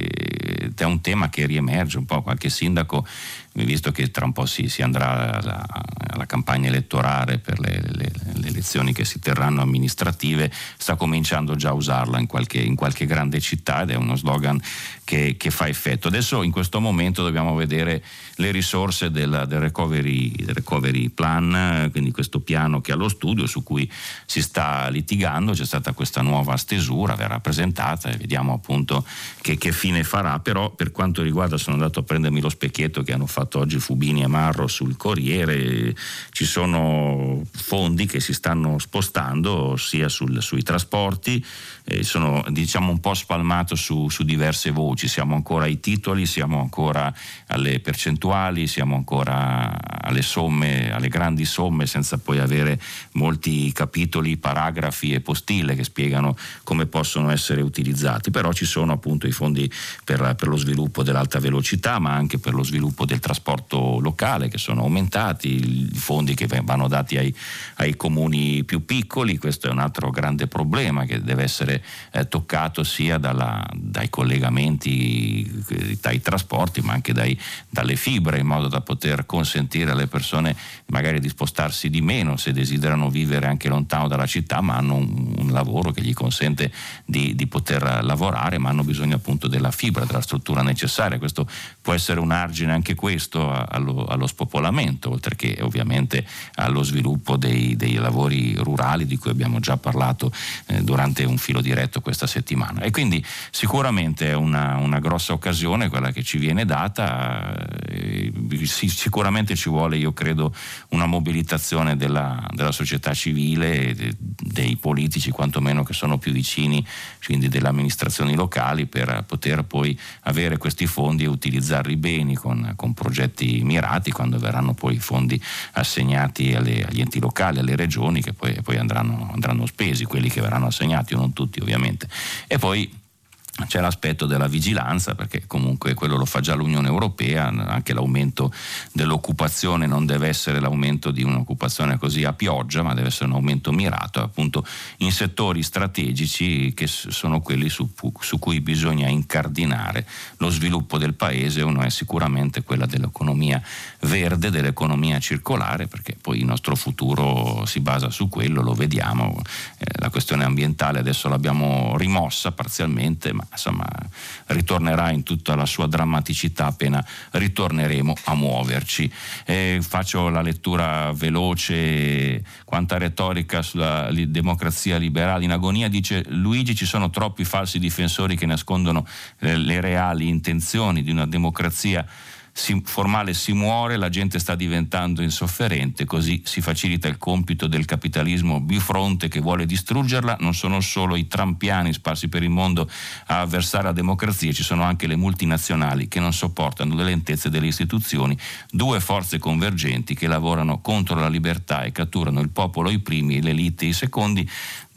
Ed è un tema che riemerge un po'. Qualche sindaco, visto che tra un po' si, si andrà alla, alla campagna elettorale per le, le, le elezioni che si terranno amministrative, sta cominciando già a usarla in qualche, in qualche grande città, ed è uno slogan che, che fa effetto. Adesso in questo momento dobbiamo vedere le risorse del, del, recovery, del recovery plan, quindi questo piano che è allo studio, su cui si sta litigando. C'è stata questa nuova stesura, verrà presentata e vediamo appunto che, che fine farà. Però per quanto riguarda, sono andato a prendermi lo specchietto che hanno fatto oggi Fubini e Marro sul Corriere, ci sono fondi che si stanno spostando sia sul, sui trasporti, eh, sono diciamo un po' spalmato su, su diverse voci. Siamo ancora ai titoli, siamo ancora alle percentuali, siamo ancora alle somme, alle grandi somme, senza poi avere molti capitoli, paragrafi e postille che spiegano come possono essere utilizzati. Però ci sono appunto i fondi per, per lo sviluppo dell'alta velocità, ma anche per lo sviluppo del trasporto locale, che sono aumentati, i fondi che vanno dati ai, ai comuni più piccoli. Questo è un altro grande problema che deve essere eh, toccato sia dalla, dai collegamenti, dai trasporti, ma anche dai, dalle fibre, in modo da poter consentire alle persone magari di spostarsi di meno se desiderano vivere anche lontano dalla città, ma hanno un, un lavoro che gli consente di, di poter lavorare, ma hanno bisogno appunto della fibra, della struttura necessaria. Questo può essere un argine anche questo allo, allo spopolamento, oltre che ovviamente allo sviluppo dei, dei lavori rurali di cui abbiamo già parlato eh, durante un filo diretto questa settimana. E quindi sicuramente è una, una grossa occasione quella che ci viene data. Eh, sì, sicuramente ci vuole, io credo, una mobilitazione della, della società civile, de, dei politici quantomeno che sono più vicini, quindi delle amministrazioni locali, per poter poi avere questi fondi e utilizzarli bene con, con progetti mirati, quando verranno poi i fondi assegnati alle, agli enti locali, alle regioni, che poi, poi andranno, andranno spesi, quelli che verranno assegnati, o non tutti ovviamente. E poi c'è l'aspetto della vigilanza, perché comunque quello lo fa già l'Unione Europea. Anche l'aumento dell'occupazione non deve essere l'aumento di un'occupazione così a pioggia, ma deve essere un aumento mirato appunto in settori strategici che sono quelli su, su cui bisogna incardinare lo sviluppo del paese. Uno è sicuramente quella dell'economia verde, dell'economia circolare, perché poi il nostro futuro si basa su quello, lo vediamo. Eh, la questione ambientale adesso l'abbiamo rimossa parzialmente, ma insomma ritornerà in tutta la sua drammaticità appena ritorneremo a muoverci. E faccio la lettura veloce. Quanta retorica sulla li- democrazia liberale in agonia, dice Luigi. Ci sono troppi falsi difensori che nascondono eh, le reali intenzioni di una democrazia Si, formale. Si muore, la gente sta diventando insofferente, così si facilita il compito del capitalismo bifronte che vuole distruggerla. Non sono solo i trampiani sparsi per il mondo a avversare la democrazia, ci sono anche le multinazionali che non sopportano le lentezze delle istituzioni, due forze convergenti che lavorano contro la libertà e catturano il popolo i primi e l'elite i secondi.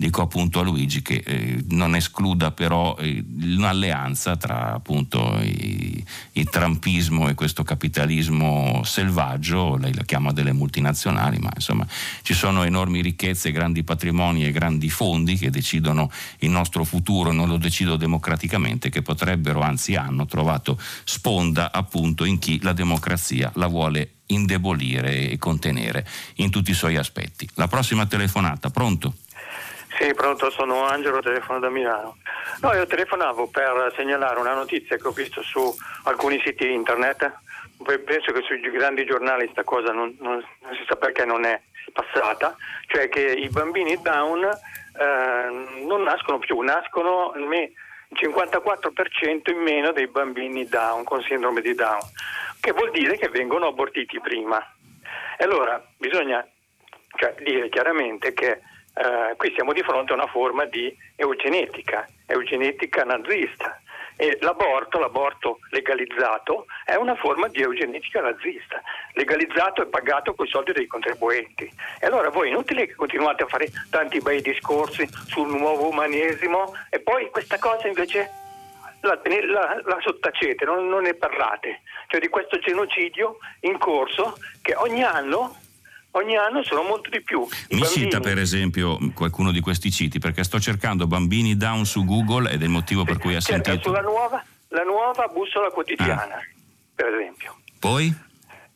dico appunto a Luigi che eh, non escluda però eh, un'alleanza tra appunto i, il trumpismo e questo capitalismo selvaggio, lei la chiama delle multinazionali, ma insomma ci sono enormi ricchezze, grandi patrimoni e grandi fondi che decidono il nostro futuro e non lo decidono democraticamente, che potrebbero, anzi hanno trovato sponda appunto in chi la democrazia la vuole indebolire e contenere in tutti i suoi aspetti. La prossima telefonata, pronto? Sì, pronto, sono Angelo, telefono da Milano. No, io telefonavo per segnalare una notizia che ho visto su alcuni siti internet. Penso che sui grandi giornali sta cosa non, non, non si sa perché non è passata, cioè che i bambini Down eh, non nascono più, nascono il cinquantaquattro per cento in meno dei bambini Down con sindrome di Down, che vuol dire che vengono abortiti prima. E allora bisogna cioè, dire chiaramente che eh, qui siamo di fronte a una forma di eugenetica, eugenetica nazista. E l'aborto, l'aborto legalizzato è una forma di eugenetica nazista, legalizzato e pagato coi soldi dei contribuenti. E allora voi inutile che continuate a fare tanti bei discorsi sul nuovo umanesimo e poi questa cosa invece la, la, la sottacete, non, non ne parlate, cioè di questo genocidio in corso che ogni anno Ogni anno sono molto di più. I Mi bambini... cita per esempio qualcuno di questi siti, perché sto cercando bambini Down su Google ed è il motivo per cui ha Cerca sentito. sulla nuova, la nuova bussola quotidiana, ah. per esempio. Poi?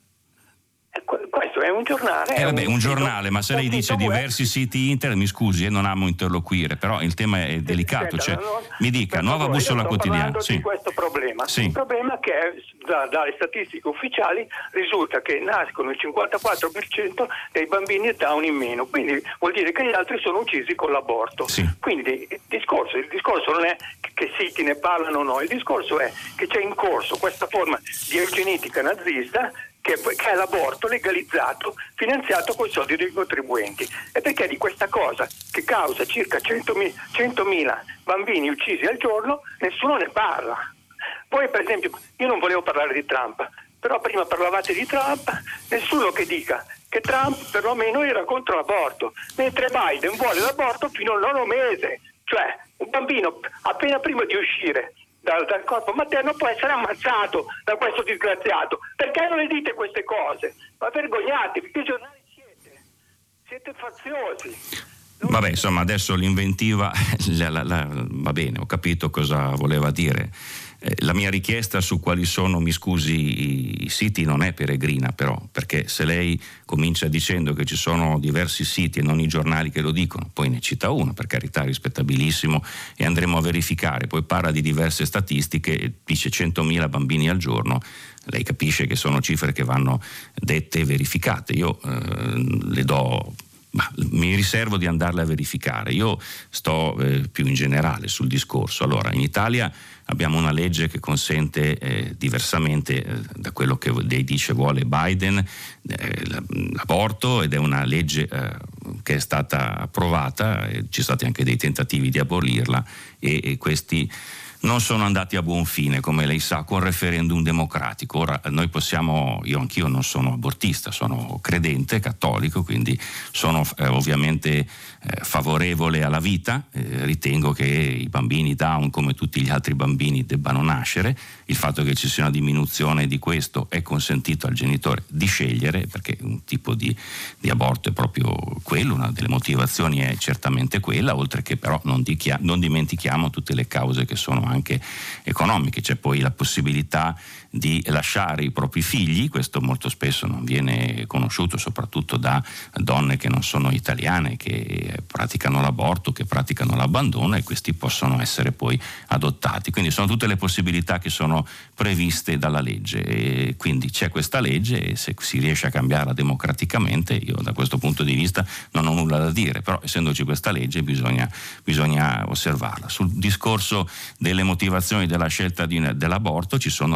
Questo è un giornale. Eh vabbè, un, un giornale, ma se lei dice diversi siti internet, mi scusi, io non amo interloquire, però il tema è delicato. Cioè, no, mi dica, nuova favore, bussola quotidiana. Sì. Di questo problema. Sì. Il problema è che da, dalle statistiche ufficiali risulta che nascono il cinquantaquattro per cento dei bambini Down in meno, quindi vuol dire che gli altri sono uccisi con l'aborto. Sì. Quindi il discorso, il discorso non è che siti ne parlano o no, il discorso è che c'è in corso questa forma di eugenetica nazista che è l'aborto legalizzato, finanziato con i soldi dei contribuenti. E perché di questa cosa, che causa circa centomila bambini uccisi al giorno, nessuno ne parla. Poi per esempio, io non volevo parlare di Trump, però prima parlavate di Trump, nessuno che dica che Trump perlomeno era contro l'aborto, mentre Biden vuole l'aborto fino al nono mese. Cioè, un bambino appena prima di uscire Dal, dal corpo materno può essere ammazzato da questo disgraziato. Perché non le dite queste cose? Ma vergognatevi, che giornali siete? Siete faziosi. Non Vabbè, insomma, adesso l'inventiva la, la, la, va bene, ho capito cosa voleva dire. Eh, la mia richiesta su quali sono, mi scusi, i, i siti non è peregrina, però, perché se lei comincia dicendo che ci sono diversi siti e non i giornali che lo dicono, poi ne cita uno, per carità, rispettabilissimo, e andremo a verificare, poi parla di diverse statistiche, dice centomila bambini al giorno, lei capisce che sono cifre che vanno dette e verificate. Io eh, le do... Ma mi riservo di andarle a verificare. Io sto eh, più in generale sul discorso. Allora, in Italia abbiamo una legge che consente, eh, diversamente eh, da quello che lei dice vuole Biden, eh, l'aborto, ed è una legge eh, che è stata approvata, eh, ci sono stati anche dei tentativi di abolirla e, e questi non sono andati a buon fine, come lei sa, con referendum democratico. Ora noi possiamo, io anch'io non sono abortista, sono credente, cattolico, quindi sono eh, ovviamente eh, favorevole alla vita, eh, ritengo che i bambini Down, come tutti gli altri bambini, debbano nascere. Il fatto che ci sia una diminuzione di questo è consentito al genitore di scegliere, perché un tipo di, di aborto è proprio quello, una delle motivazioni è certamente quella, oltre che però non, dichia- non dimentichiamo tutte le cause che sono anche economiche. C'è poi la possibilità di lasciare i propri figli, questo molto spesso non viene conosciuto, soprattutto da donne che non sono italiane, che praticano l'aborto, che praticano l'abbandono, e questi possono essere poi adottati. Quindi sono tutte le possibilità che sono previste dalla legge, e quindi c'è questa legge, e se si riesce a cambiarla democraticamente, io da questo punto di vista non ho nulla da dire, però essendoci questa legge bisogna, bisogna osservarla. Sul discorso delle motivazioni della scelta di, dell'aborto ci sono le possibilità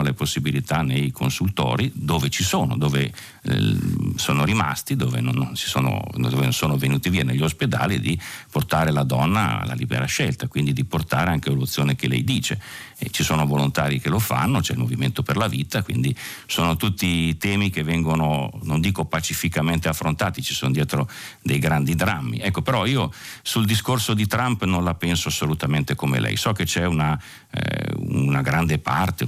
disponibilità nei consultori dove ci sono, dove eh, sono rimasti, dove non, non, si sono, dove non sono venuti via negli ospedali, di portare la donna alla libera scelta, quindi di portare anche l'opzione che lei dice. E ci sono volontari che lo fanno, c'è il Movimento per la Vita, quindi sono tutti temi che vengono, non dico pacificamente affrontati, ci sono dietro dei grandi drammi. Ecco, però io sul discorso di Trump non la penso assolutamente come lei. So che c'è una, eh, una grande parte,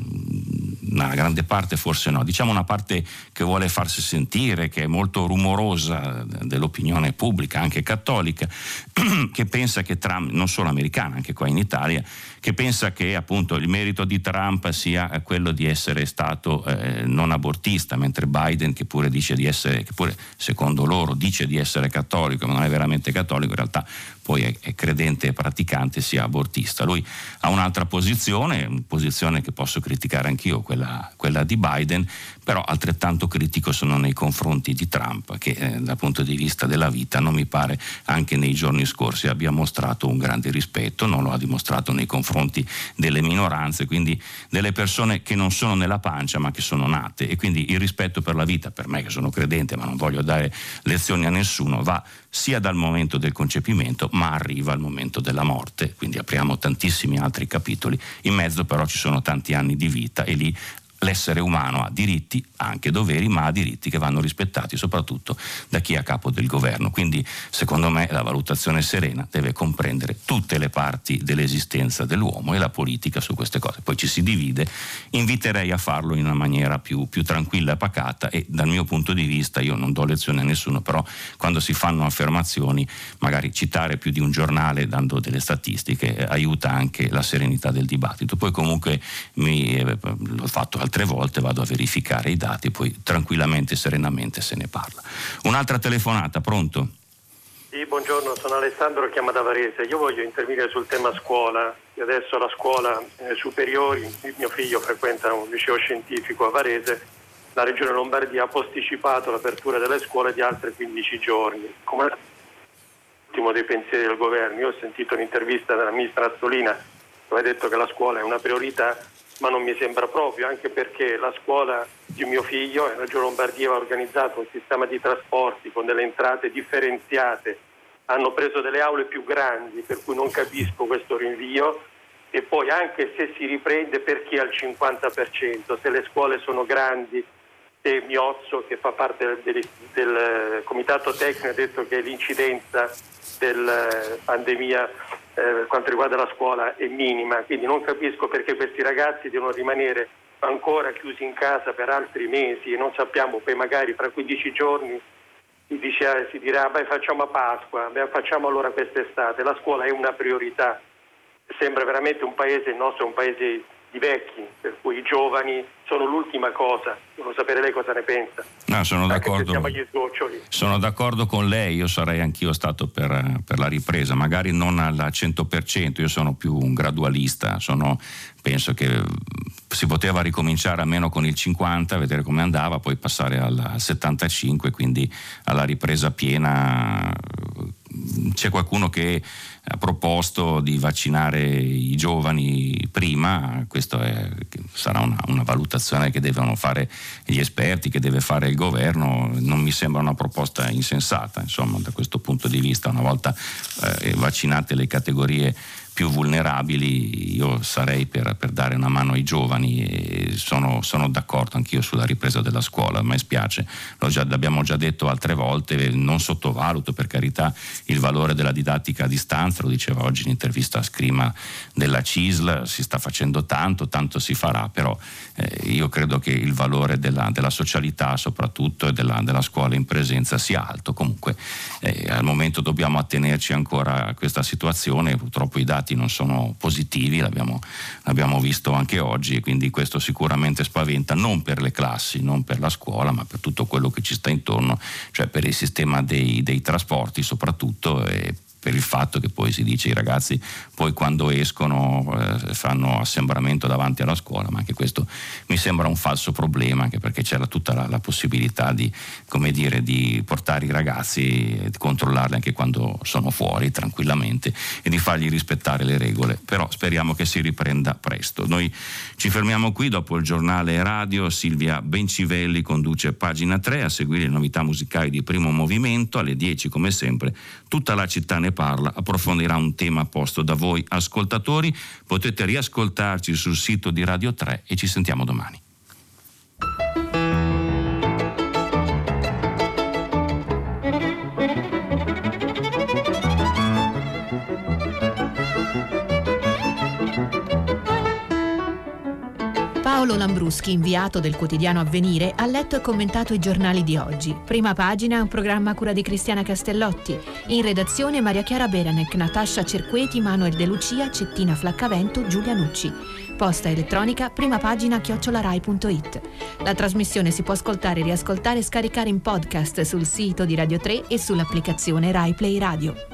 una grande parte forse no, diciamo una parte che vuole farsi sentire, che è molto rumorosa dell'opinione pubblica, anche cattolica, che pensa che Trump, non solo americana, anche qua in Italia, che pensa che appunto il merito di Trump sia quello di essere stato eh, non abortista, mentre Biden, che pure dice di essere, che pure secondo loro dice di essere cattolico, ma non è veramente cattolico, in realtà poi è, è credente e praticante, sia abortista. Lui ha un'altra posizione, una posizione che posso criticare anch'io, quella, quella di Biden, però altrettanto critico sono nei confronti di Trump, che eh, dal punto di vista della vita non mi pare anche nei giorni scorsi abbia mostrato un grande rispetto, non lo ha dimostrato nei confronti delle minoranze, quindi delle persone che non sono nella pancia ma che sono nate, e quindi il rispetto per la vita, per me che sono credente ma non voglio dare lezioni a nessuno, va sia dal momento del concepimento ma arriva al momento della morte, quindi apriamo tantissimi altri capitoli, in mezzo però ci sono tanti anni di vita e lì l'essere umano ha diritti, ha anche doveri, ma ha diritti che vanno rispettati soprattutto da chi è a capo del governo. Quindi secondo me la valutazione serena deve comprendere tutte le parti dell'esistenza dell'uomo e la politica su queste cose. Poi ci si divide, inviterei a farlo in una maniera più, più tranquilla e pacata, e dal mio punto di vista, io non do lezioni a nessuno, però quando si fanno affermazioni magari citare più di un giornale dando delle statistiche eh, aiuta anche la serenità del dibattito. Poi comunque mi, eh, l'ho fatto altre volte, vado a verificare i dati, poi tranquillamente e serenamente se ne parla. Un'altra telefonata, pronto? Sì, buongiorno, sono Alessandro, chiamo da Varese. Io voglio intervenire sul tema scuola. Io adesso la scuola eh, superiori, mio figlio frequenta un liceo scientifico a Varese, la Regione Lombardia ha posticipato l'apertura delle scuole di altri quindici giorni. Come l'ultimo dei pensieri del governo, io ho sentito un'intervista della ministra Azzolina dove ha detto che la scuola è una priorità, ma non mi sembra proprio, anche perché la scuola di mio figlio, la Regione Lombardia ha organizzato un sistema di trasporti con delle entrate differenziate, hanno preso delle aule più grandi, per cui non capisco questo rinvio, e poi anche se si riprende, perché al cinquanta per cento, se le scuole sono grandi, e Miozzo, che fa parte del, del comitato tecnico, ha detto che l'incidenza della pandemia eh, quanto riguarda la scuola è minima, quindi non capisco perché questi ragazzi devono rimanere ancora chiusi in casa per altri mesi e non sappiamo, poi magari fra quindici giorni si, dice, si dirà beh, facciamo a Pasqua, beh, facciamo allora quest'estate. La scuola è una priorità, sembra veramente un paese, il nostro è un paese di vecchi, per cui i giovani sono l'ultima cosa. Devo sapere lei cosa ne pensa. No, sono d'accordo. Agli sgoccioli. Sono d'accordo con lei, io sarei anch'io stato per, per la ripresa, magari non al cento per cento, io sono più un gradualista, sono, penso che si poteva ricominciare almeno con il cinquanta, vedere come andava, poi passare al settantacinque, quindi alla ripresa piena. C'è qualcuno che ha proposto di vaccinare i giovani prima, questo è, sarà una, una valutazione che devono fare gli esperti, che deve fare il governo, non mi sembra una proposta insensata, insomma, da questo punto di vista, una volta eh, vaccinate le categorie più vulnerabili, io sarei per, per dare una mano ai giovani, e sono, sono d'accordo anch'io sulla ripresa della scuola. A me spiace, l'ho già, l'abbiamo già detto altre volte, non sottovaluto per carità il valore della didattica a distanza, lo diceva oggi in intervista a Scrima della C I S L, si sta facendo tanto, tanto si farà, però eh, io credo che il valore della, della socialità soprattutto e della, della scuola in presenza sia alto. Comunque eh, al momento dobbiamo attenerci ancora a questa situazione, purtroppo i dati non sono positivi, l'abbiamo, l'abbiamo visto anche oggi, e quindi questo sicuramente spaventa, non per le classi, non per la scuola, ma per tutto quello che ci sta intorno, cioè per il sistema dei, dei trasporti soprattutto, e per il fatto che poi si dice i ragazzi poi quando escono eh, fanno assembramento davanti alla scuola, ma anche questo mi sembra un falso problema, anche perché c'era tutta la, la possibilità di, come dire, di portare i ragazzi e di controllarli anche quando sono fuori tranquillamente e di fargli rispettare le regole. Però speriamo che si riprenda presto. Noi ci fermiamo qui, dopo il giornale radio Silvia Bencivelli conduce Pagina tre, a seguire le novità musicali di Primo Movimento. Alle dieci come sempre Tutta la città ne parla approfondirà un tema posto da voi ascoltatori. Potete riascoltarci sul sito di Radio tre e ci sentiamo domani. Paolo Lambruschi, inviato del quotidiano Avvenire, ha letto e commentato i giornali di oggi. Prima Pagina è un programma a cura di Cristiana Castellotti. In redazione Maria Chiara Beranec, Natascia Cerqueti, Manuel De Lucia, Cettina Flaccavento, Giulia Nucci. Posta elettronica primapagina chiocciola rai punto it. La trasmissione si può ascoltare, riascoltare e scaricare in podcast sul sito di Radio tre e sull'applicazione Rai Play Radio.